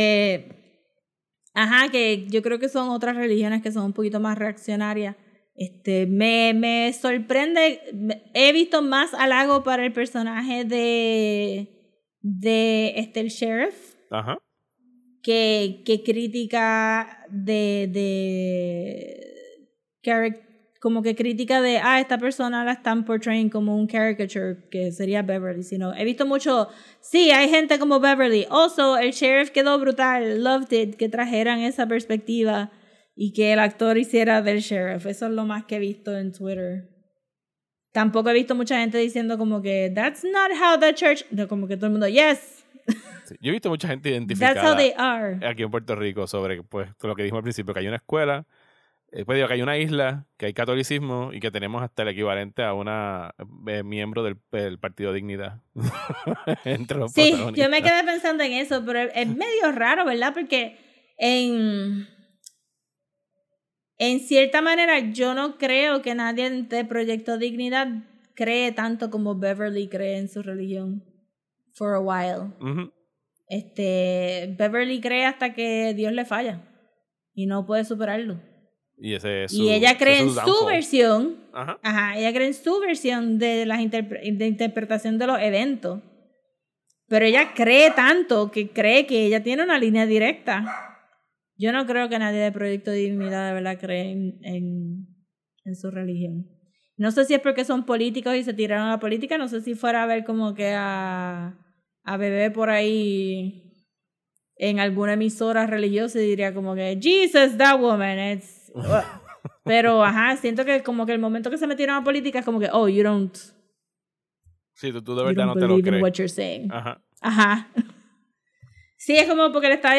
Que yo creo que son otras religiones que son un poquito más reaccionarias. Me sorprende. He visto más halago para el personaje de el sheriff. Ajá. Que crítica como que crítica de esta persona la están portraying como un caricature, que sería Beverly. Sino he visto mucho, sí, hay gente como Beverly. Also, el sheriff quedó brutal, loved it, que trajeran esa perspectiva y que el actor hiciera del sheriff. Eso es lo más que he visto en Twitter. Tampoco he visto mucha gente diciendo como que that's not how the church, no, como que todo el mundo yes. Sí, yo he visto mucha gente identificada That's how they are. aquí en Puerto Rico sobre lo que dijimos al principio, que hay una escuela, después digo que hay una isla, que hay catolicismo y que tenemos hasta el equivalente a una miembro del Partido Dignidad entre los protagonistas. Yo me quedé pensando en eso, pero es medio raro, ¿verdad? Porque en cierta manera yo no creo que nadie de Proyecto Dignidad cree tanto como Beverly cree en su religión for a while. Uh-huh. Beverly cree hasta que Dios le falla y no puede superarlo. Y ese es y ella cree en su downfall. versión. Ajá. Ajá, ella cree en su versión de la interpretación de los eventos. Pero ella cree tanto que cree que ella tiene una línea directa. Yo no creo que nadie de Proyecto Dignidad de verdad cree en su religión. No sé si es porque son políticos y se tiraron a la política. No sé si fuera a ver como que a Bebé por ahí en alguna emisora religiosa y diría como que Jesus, that woman, it's... Pero, ajá, siento que como que el momento que se metieron a política es como que, oh, you don't... Sí, tú de verdad no te lo believe in crees. what you're saying. Ajá. Ajá. Sí, es como porque le está...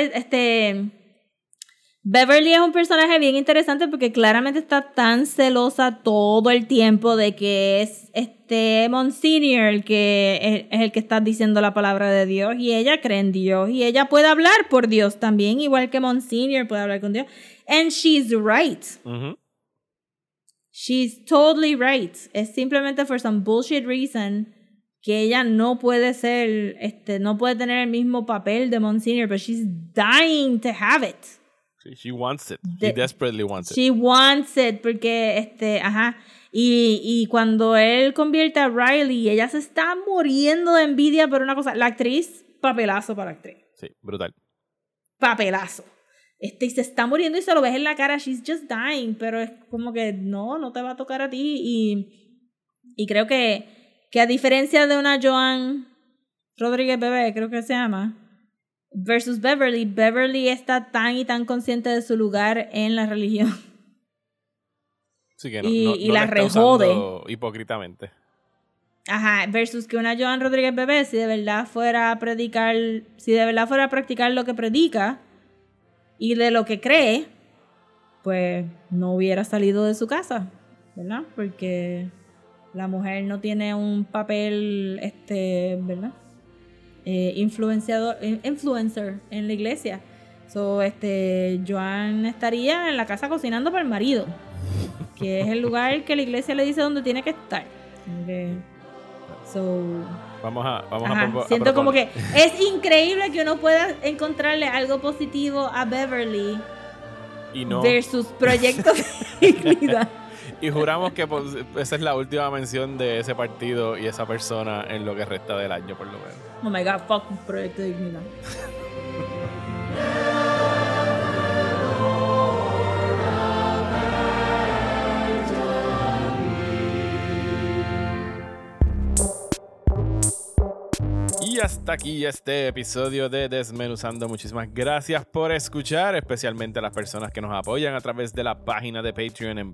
Beverly es un personaje bien interesante porque claramente está tan celosa todo el tiempo de que es Monsignor el que es el que está diciendo la palabra de Dios y ella cree en Dios y ella puede hablar por Dios también, igual que Monsignor puede hablar con Dios. And she's right. Uh-huh. She's totally right. Es simplemente for some bullshit reason que ella no puede ser, no puede tener el mismo papel de Monsignor, but she's dying to have it. She wants it. She desperately wants it. She wants it porque, ajá. Y cuando él convierte a Riley, ella se está muriendo de envidia por una cosa. La actriz, papelazo para la actriz. Sí, brutal. Papelazo. Y se está muriendo y se lo ves en la cara. She's just dying. Pero es como que no te va a tocar a ti. Y creo que a diferencia de una Joan Rodríguez Bebé, creo que se llama, versus Beverly está tan y tan consciente de su lugar en la religión. Sí, que y no la está rejode hipócritamente. Ajá, versus que una Joan Rodríguez Bebé, si de verdad fuera a practicar lo que predica y de lo que cree, pues no hubiera salido de su casa, ¿verdad? Porque la mujer no tiene un papel, ¿verdad? Influencer en la iglesia. So, Joan estaría en la casa cocinando para el marido, que es el lugar que la iglesia le dice donde tiene que estar. Okay. So, siento como que es increíble que uno pueda encontrarle algo positivo a Beverly y no versus Proyecto Dignidad. Y juramos que esa es la última mención de ese partido y esa persona en lo que resta del año, por lo menos. Oh my God, fuck Proyecto Dignidad. Y hasta aquí este episodio de Desmenuzando. Muchísimas gracias por escuchar, especialmente a las personas que nos apoyan a través de la página de Patreon en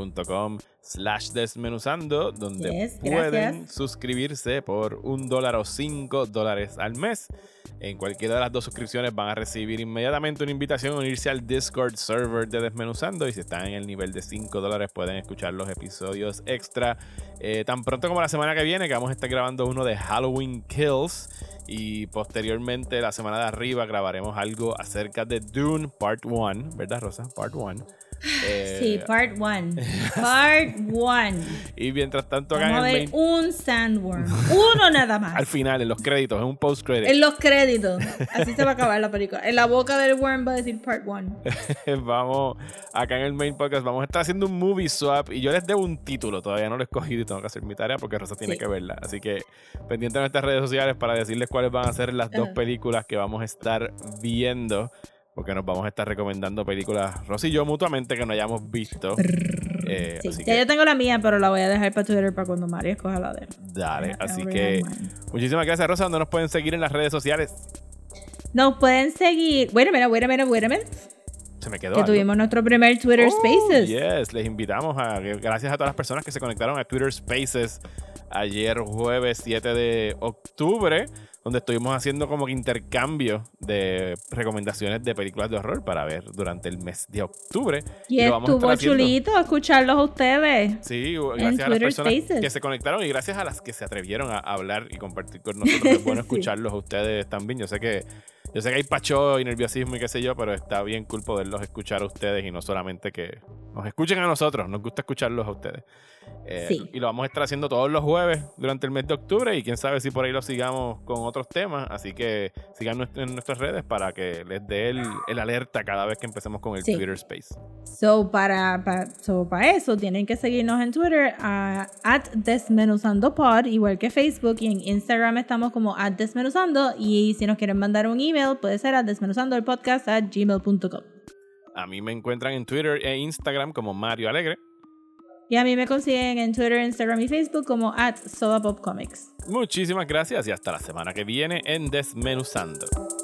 patreon.com/desmenuzando, donde pueden suscribirse por $1 o $5 al mes. En cualquiera de las dos suscripciones van a recibir inmediatamente una invitación a unirse al Discord server de Desmenuzando, y si están en el nivel de $5 pueden escuchar los episodios extra tan pronto como la semana que viene, que vamos a estar grabando uno de Halloween Kills, y posteriormente la semana de arriba grabaremos algo acerca de Dune Part 1, ¿verdad, Rosa? Part 1. Sí, Part 1. Part 1. Y mientras tanto vamos a ver un sandworm. Uno nada más. Al final, en los créditos, en un post-credit. En los créditos. Así se va a acabar la película. En la boca del worm va a decir Part 1. Vamos, acá en el main podcast, vamos a estar haciendo un movie swap. Y yo les debo un título. Todavía no lo he escogido y tengo que hacer mi tarea porque Rosa tiene que verla. Así que pendiente de nuestras redes sociales para decirles cuáles van a ser las dos películas que vamos a estar viendo, porque nos vamos a estar recomendando películas, Rosy y yo, mutuamente, que no hayamos visto. Sí, ya yo tengo la mía, pero la voy a dejar para Twitter para cuando Mario escoja la de él. Dale, así que muchísimas gracias, Rosa. ¿Dónde nos pueden seguir en las redes sociales? Nos pueden seguir... Wait a minute. Se me quedó que algo. Tuvimos nuestro primer Twitter Spaces. Yes, les invitamos gracias a todas las personas que se conectaron a Twitter Spaces ayer jueves 7 de octubre, donde estuvimos haciendo como que intercambio de recomendaciones de películas de horror para ver durante el mes de octubre. Y estuvo chulito escucharlos a ustedes. Sí, gracias a las personas que se conectaron y gracias a las que se atrevieron a hablar y compartir con nosotros. Es bueno escucharlos a ustedes también. Yo sé que hay pacho y nerviosismo y qué sé yo, pero está bien cool poderlos escuchar a ustedes y no solamente que nos escuchen a nosotros. Nos gusta escucharlos a ustedes. Sí. Y lo vamos a estar haciendo todos los jueves durante el mes de octubre y quién sabe si por ahí lo sigamos con otros temas. Así que sigan en nuestras redes para que les dé el alerta cada vez que empecemos con el Twitter Space. Para eso tienen que seguirnos en Twitter @desmenuzandopod, igual que Facebook, y en Instagram estamos como @desmenuzando, y si nos quieren mandar un email puede ser a desmenuzandopodcast@gmail.com. A mí me encuentran en Twitter e Instagram como Mario Alegre. Y a mí me consiguen en Twitter, Instagram y Facebook como @sodapopcomics. Muchísimas gracias y hasta la semana que viene en Desmenuzando.